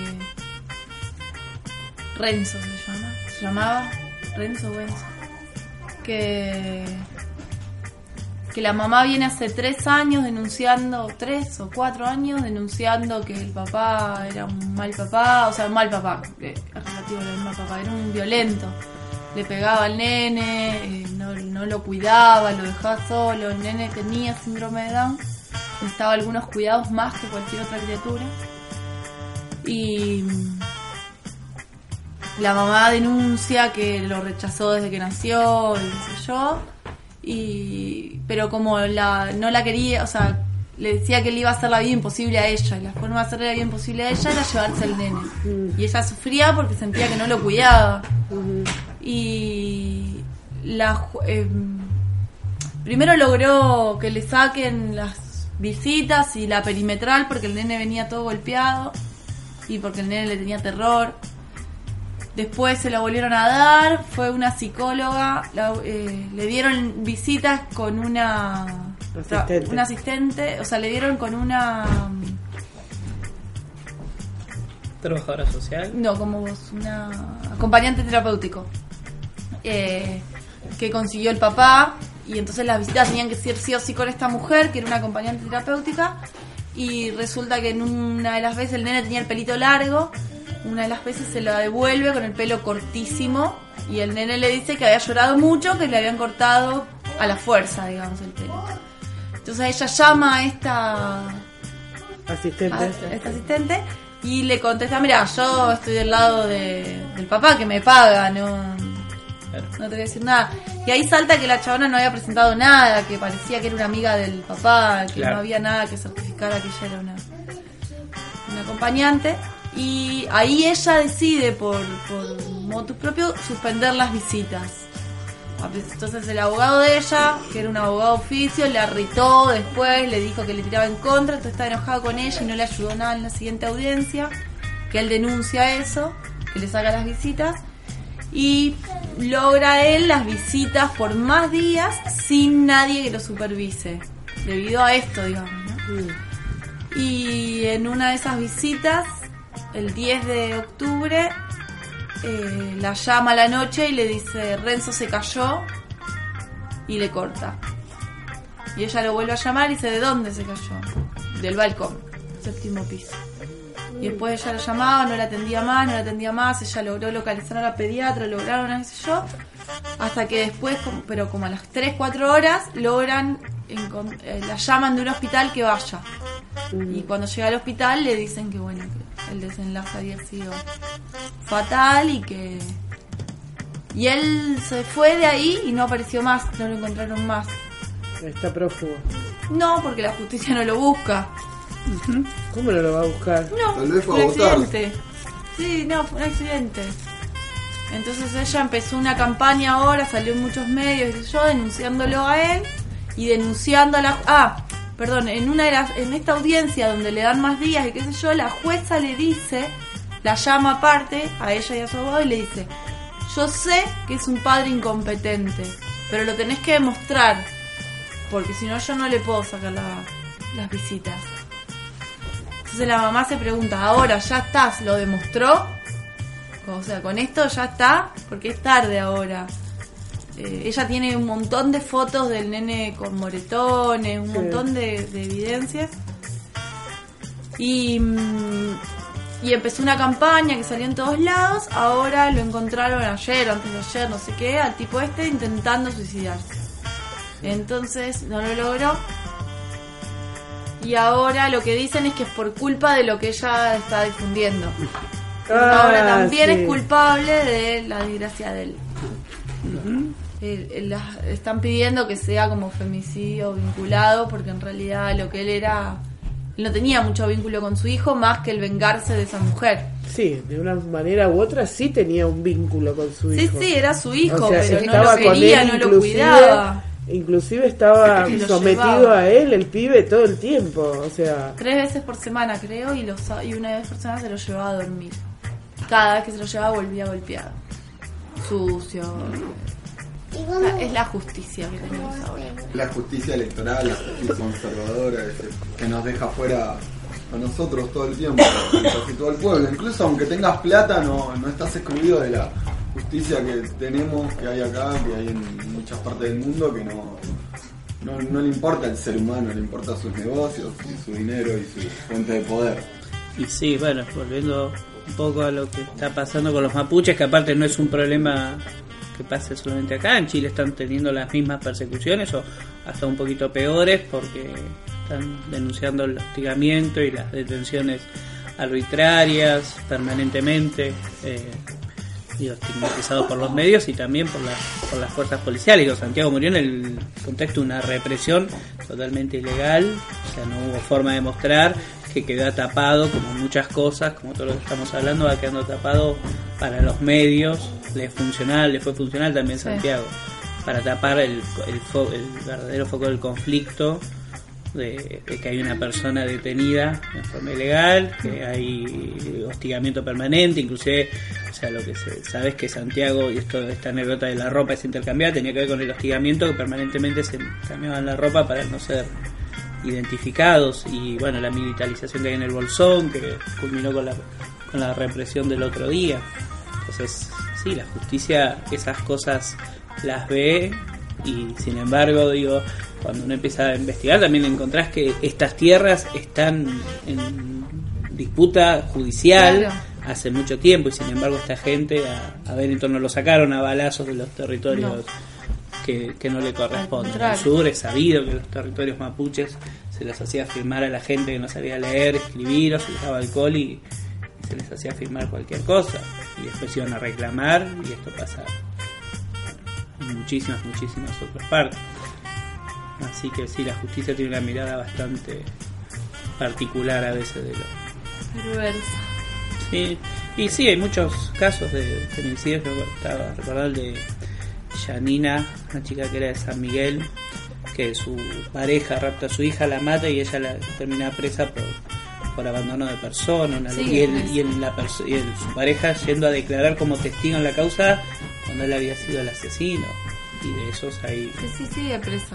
Renzo se llamaba Renzo, que que la mamá viene hace 3 años denunciando, 3 o 4 años denunciando que el papá era un mal papá, o sea, un mal papá, es relativo al mal papá, era un violento. Le pegaba al nene, no lo cuidaba, lo dejaba solo. El nene tenía síndrome de Down, necesitaba algunos cuidados más que cualquier otra criatura. Y la mamá denuncia que lo rechazó desde que nació, y qué sé yo. Pero como no la quería, o sea, le decía que le iba a hacer la vida imposible a ella, y la forma de hacerle la vida imposible a ella era llevarse al nene. Y ella sufría porque sentía que no lo cuidaba. Y primero logró que le saquen las visitas y la perimetral porque el nene venía todo golpeado y porque el nene le tenía terror. Después se la volvieron a dar, fue una psicóloga, le dieron visitas con una asistente, o sea, le dieron con una ¿trabajadora social? No, como vos, una acompañante terapéutico que consiguió el papá, y entonces las visitas tenían que ser sí o sí con esta mujer que era una acompañante terapéutica, y resulta que en una de las veces el nene tenía el pelito largo, una de las veces se lo devuelve con el pelo cortísimo y el nene le dice que había llorado mucho, que le habían cortado a la fuerza, digamos, el pelo. Entonces ella llama a esta asistente y le contesta: mira, yo estoy del lado del papá que me paga, no te voy a decir nada. Y ahí salta que la chabona no había presentado nada, que parecía que era una amiga del papá, que no había nada que certificara que ella era una acompañante. Y ahí ella decide por motu propio suspender las visitas. Entonces el abogado de ella, que era un abogado oficio, le irritó después, le dijo que le tiraba en contra, entonces estaba enojado con ella y no le ayudó nada en la siguiente audiencia, que él denuncia eso, que le saca las visitas, y logra él las visitas por más días sin nadie que lo supervise, debido a esto, digamos, ¿no? Y en una de esas visitas, el 10 de octubre, la llama a la noche y le dice: Renzo se cayó, y le corta. Y ella lo vuelve a llamar y dice: ¿de dónde se cayó? Del balcón, 7º piso. Y después ella lo llamaba, no la atendía más, ella logró localizar a la pediatra, lograron, qué sé yo, hasta que después, pero como a las 3-4 horas, logran, la llaman de un hospital que vaya. Y cuando llega al hospital le dicen que bueno, que el desenlace había sido fatal y él se fue de ahí y no apareció más, no lo encontraron más. Está prófugo. No, porque la justicia no lo busca. ¿Cómo no lo va a buscar? No, tal vez fue fue a un votar. accidente. Sí, no, fue un accidente. Entonces ella empezó una campaña ahora, salió en muchos medios, qué sé yo, denunciándolo a él y denunciando a la... en esta audiencia donde le dan más días y qué sé yo, la jueza le dice, la llama aparte a ella y a su abogado y le dice: yo sé que es un padre incompetente, pero lo tenés que demostrar, porque si no yo no le puedo sacar las visitas. Entonces la mamá se pregunta: ahora ya estás, ¿lo demostró? O sea, con esto ya está, porque es tarde ahora. Ella tiene un montón de fotos del nene con moretones, un montón de evidencias. Y empezó una campaña que salió en todos lados. Ahora lo encontraron ayer, antes de ayer, no sé qué, al tipo intentando suicidarse. Entonces no lo logró. Y ahora lo que dicen es que es por culpa de lo que ella está difundiendo. Ahora también es culpable de la desgracia de él. Están pidiendo que sea como femicidio vinculado, porque en realidad lo que él no tenía mucho vínculo con su hijo más que el vengarse de esa mujer. Sí, de una manera u otra sí tenía un vínculo con su hijo. Sí, era su hijo, o sea, pero no lo quería, no lo cuidaba. Inclusive estaba sometido a él, el pibe, todo el tiempo, o sea... 3 veces por semana, creo, y una vez por semana se lo llevaba a dormir. Cada vez que se lo llevaba volvía golpeado, sucio. Es la justicia que tenemos ahora. La justicia electoral, la justicia conservadora, que nos deja fuera a nosotros todo el tiempo, casi todo el pueblo. Incluso aunque tengas plata, no estás excluido de la justicia que tenemos, que hay acá, que hay en muchas partes del mundo, que no le importa el ser humano, le importa sus negocios y su dinero y su fuente de poder. Y sí, bueno, volviendo un poco a lo que está pasando con los mapuches, que aparte no es un problema que pase solamente acá, en Chile están teniendo las mismas persecuciones o hasta un poquito peores porque están denunciando el hostigamiento y las detenciones arbitrarias permanentemente, y estigmatizados por los medios y también por las fuerzas policiales. Santiago murió en el contexto de una represión totalmente ilegal, o sea, no hubo forma de mostrar, que quedó tapado como muchas cosas, como todo lo que estamos hablando, va quedando tapado para los medios. Le fue funcional también Santiago, para tapar el verdadero foco del conflicto, de que hay una persona detenida en forma ilegal, que hay hostigamiento permanente, inclusive, o sea, lo que se sabe es que Santiago, y esta anécdota de la ropa es intercambiada, tenía que ver con el hostigamiento, que permanentemente se cambiaban la ropa para no ser identificados, y bueno, la militarización que hay en el Bolsón, que culminó con la represión del otro día. Entonces, sí, la justicia esas cosas las ve, y sin embargo, digo, cuando uno empieza a investigar también encontrás que estas tierras están en disputa judicial, claro, hace mucho tiempo, y sin embargo esta gente a Benetton no lo sacaron a balazos de los territorios que no le corresponden. En el sur es sabido que los territorios mapuches se les hacía firmar a la gente que no sabía leer, escribir, o se les daba alcohol y se les hacía firmar cualquier cosa, y después iban a reclamar, y esto pasa en muchísimas otras partes. Así que sí, la justicia tiene una mirada bastante particular a veces de lo perversa. Sí, y sí, hay muchos casos de feminicidios. Yo estaba recordando el de Yanina, una chica que era de San Miguel, que su pareja rapta a su hija, la mata y ella la termina presa por abandono de persona. Sí, su pareja yendo a declarar como testigo en la causa cuando él había sido el asesino. Y de esos hay... Sí, sigue presa.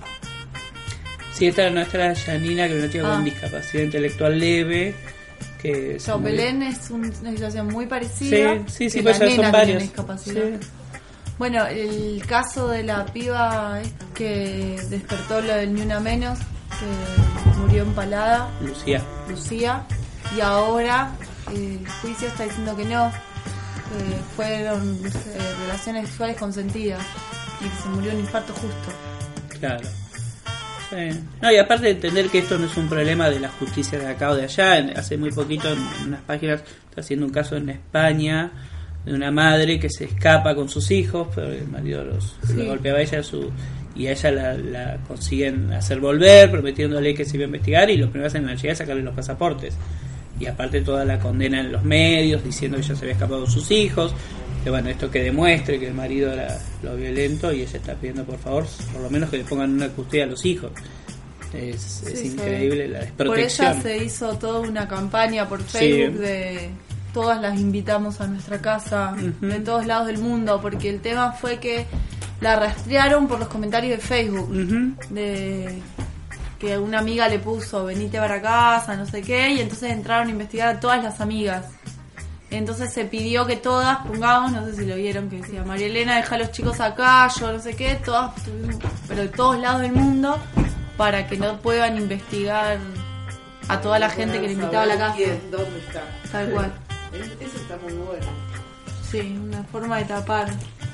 Sí, esta era Yanina, que es una chica con discapacidad intelectual leve. Que Belén es una situación muy parecida. Sí, pues son varios. Sí. Bueno, el caso de la piba que despertó lo del Ni Una Menos, que murió empalada. Lucía. Y ahora el juicio está diciendo que no, que fueron relaciones sexuales consentidas y que se murió en infarto justo. Claro. Sí. No, y aparte de entender que esto no es un problema de la justicia de acá o de allá, hace muy poquito en unas páginas está haciendo un caso en España de una madre que se escapa con sus hijos, pero el marido los golpeaba a ella y a ella la consiguen hacer volver, prometiéndole que se iba a investigar, y lo primero que hacen al llegar es sacarle los pasaportes. Y aparte toda la condena en los medios, diciendo que ella se había escapado con sus hijos, que bueno, esto que demuestre que el marido era lo violento, y ella está pidiendo por favor, por lo menos que le pongan una custodia a los hijos. Es increíble la desprotección. Por ella se hizo toda una campaña por Facebook de todas las invitamos a nuestra casa, de todos lados del mundo, porque el tema fue que la rastrearon por los comentarios de Facebook, de que una amiga le puso venite para casa, no sé qué, y entonces entraron a investigar a todas las amigas. Entonces se pidió que todas pongamos, no sé si lo vieron, que decía María Elena, deja a los chicos acá, yo no sé qué, todas, pero de todos lados del mundo, para que no puedan investigar a toda la gente que le invitaba a la casa. ¿Dónde está? Tal cual. Eso está muy bueno. Sí, una forma de tapar.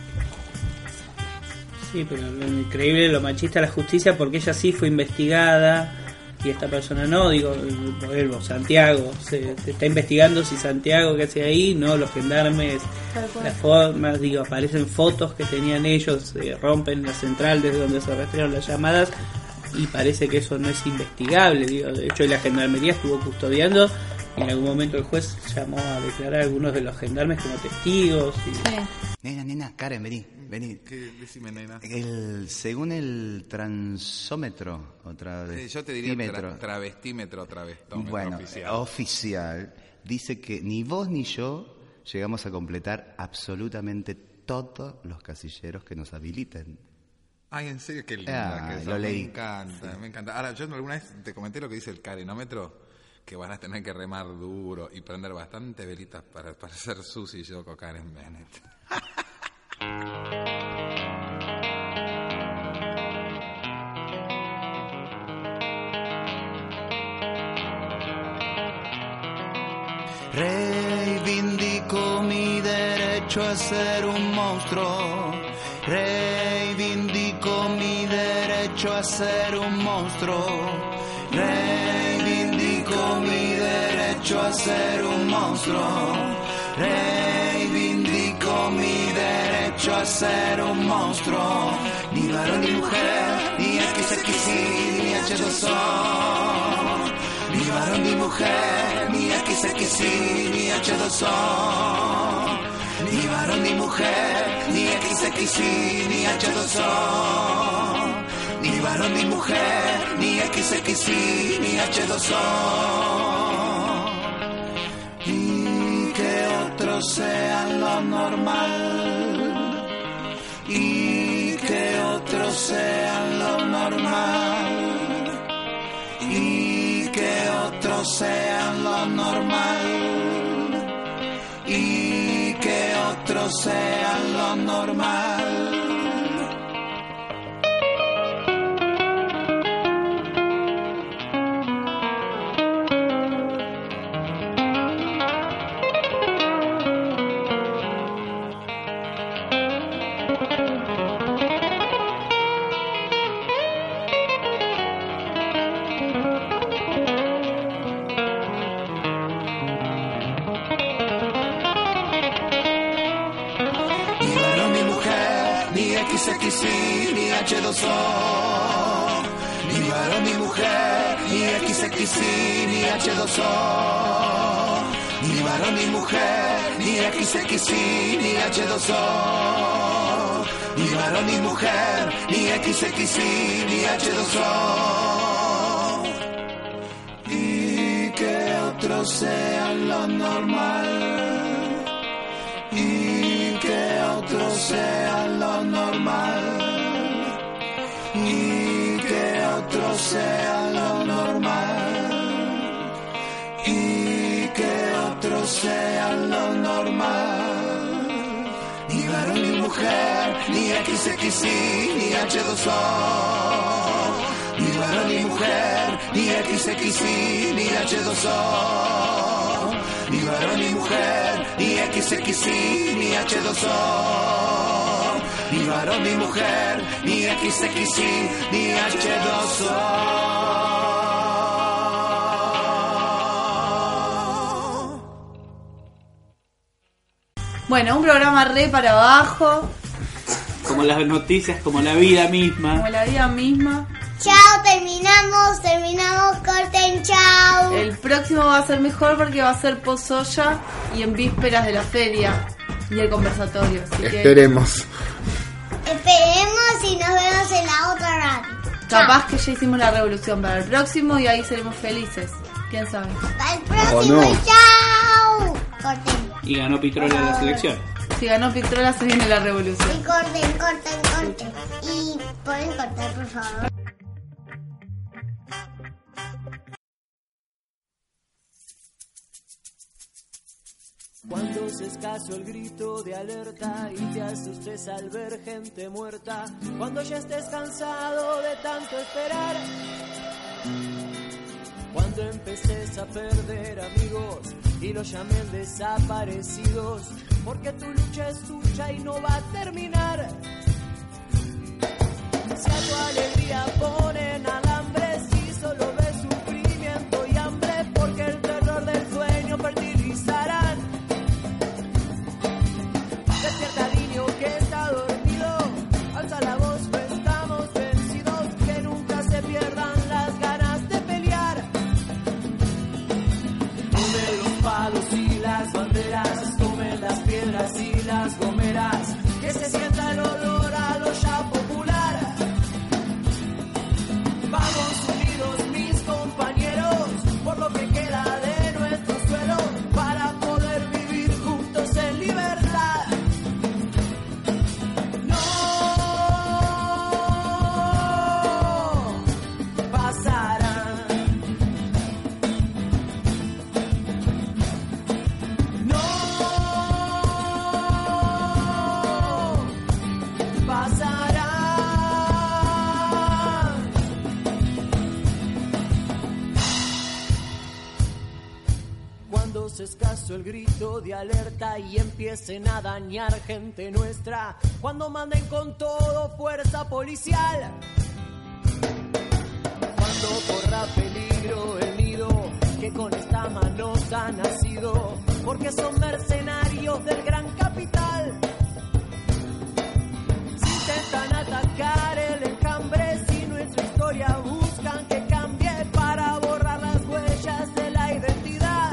Sí, pero lo increíble, lo machista de la justicia, porque ella sí fue investigada y esta persona no. Digo, Santiago, se está investigando si Santiago, que hace ahí, no, los gendarmes, las formas, digo, aparecen fotos que tenían ellos, rompen la central desde donde se rastrearon las llamadas, y parece que eso no es investigable. Digo, de hecho la gendarmería estuvo custodiando, y en algún momento el juez llamó a declarar a algunos de los gendarmes como testigos. Nena, Karen, vení. Decime, nena. Según el transómetro, yo te diría travestímetro, bueno, oficial, dice que ni vos ni yo llegamos a completar absolutamente todos los casilleros que nos habiliten. Ay, en serio, qué linda que lo leí. Me encanta. Ahora, yo alguna vez te comenté lo que dice el carenómetro, que van a tener que remar duro y prender bastantes velitas para ser Susi y yo con Karen Bennett. Reivindico mi derecho a ser un monstruo. Reivindico mi derecho a ser un monstruo. Reivindico mi derecho a ser un monstruo. Reivindico mi derecho a ser un monstruo. Ni varón ni mujer, ni XXY, ni H2O. Ni varón ni mujer, ni XXY, ni H2O. Ni varón ni mujer, ni XXY, ni H2O. Ni varón ni mujer, ni XXY, ni H2O. Y que otros sean lo normal. Y que otros sean lo normal. Y que otros sean lo normal. Y que otros sean lo normal. XXY, ni H2O. Ni varón ni mujer, ni XXY, ni H2O. Ni varón ni mujer, ni XXY, ni H2O. Ni varón ni mujer, ni XXY, ni H2O. Y que otros sean lo normal. Y que otros sean lo normal. Y que otros sean lo normal. Y que otros sean lo normal. Ni varón ni mujer, ni XXY, ni H2O. Ni varón ni mujer, ni XXY, ni H2O. Ni varón ni mujer, ni XXY, ni H2O. Ni varón ni mujer, ni XXY, ni H2O. Bueno, un programa re para abajo. Como las noticias, como la vida misma. Como la vida misma. Chao, terminamos, corten, chao. El próximo va a ser mejor porque va a ser post-olla y en vísperas de la feria y el conversatorio. Así Esperemos. Esperemos y nos vemos en la otra radio. Capaz que ya hicimos la revolución para el próximo y ahí seremos felices. ¿Quién sabe? Para el próximo, chao. Corten. Y ganó Pitrola en la selección. Si ganó Pitrola se viene la revolución. Y corten. Y pueden cortar, por favor. Cuando es escaso el grito de alerta y te asustes al ver gente muerta. Cuando ya estés cansado de tanto esperar. Cuando empeces a perder amigos y los llamen desaparecidos. Porque tu lucha es tuya y no va a terminar. Si a tu alegría ponen alambres y solo ves sufrimiento y hambre. Porque el terror del sueño fertilizarán. Despierta niño que está dormido, alza la voz, no estamos vencidos, que nunca se pierdan las ganas de pelear. Tomen los palos y las banderas, tomen las piedras y las gomeras, que se sienta el olor a lo ya popular. Vamos unidos mis compañeros, por lo que queda de nuestro suelo, para poder vivir juntos en libertad. haciéndose escaso el grito de alerta y empiecen a dañar gente nuestra, cuando manden con todo fuerza policial, cuando corra peligro el nido que con esta mano ha nacido, porque son mercenarios del gran capital. Si intentan atacar el enjambre, si nuestra historia buscan que cambie para borrar las huellas de la identidad,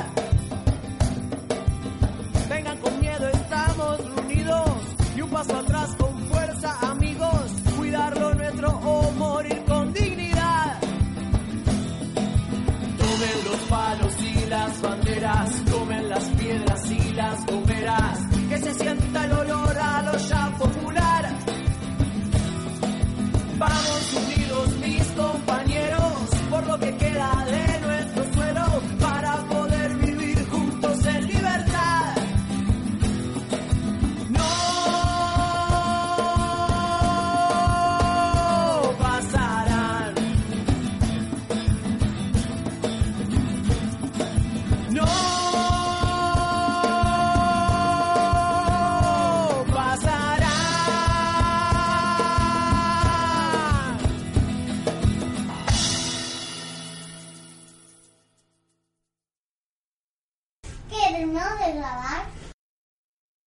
vengan con miedo, estamos unidos, y un paso atrás con fuerza, amigos, cuidar lo nuestro o morir con dignidad. Tomen los palos y las banderas, tomen las piedras y las gomeras, que se sienta el olor a lo ya popular. Vamos unidos mis compañeros, por lo que queda de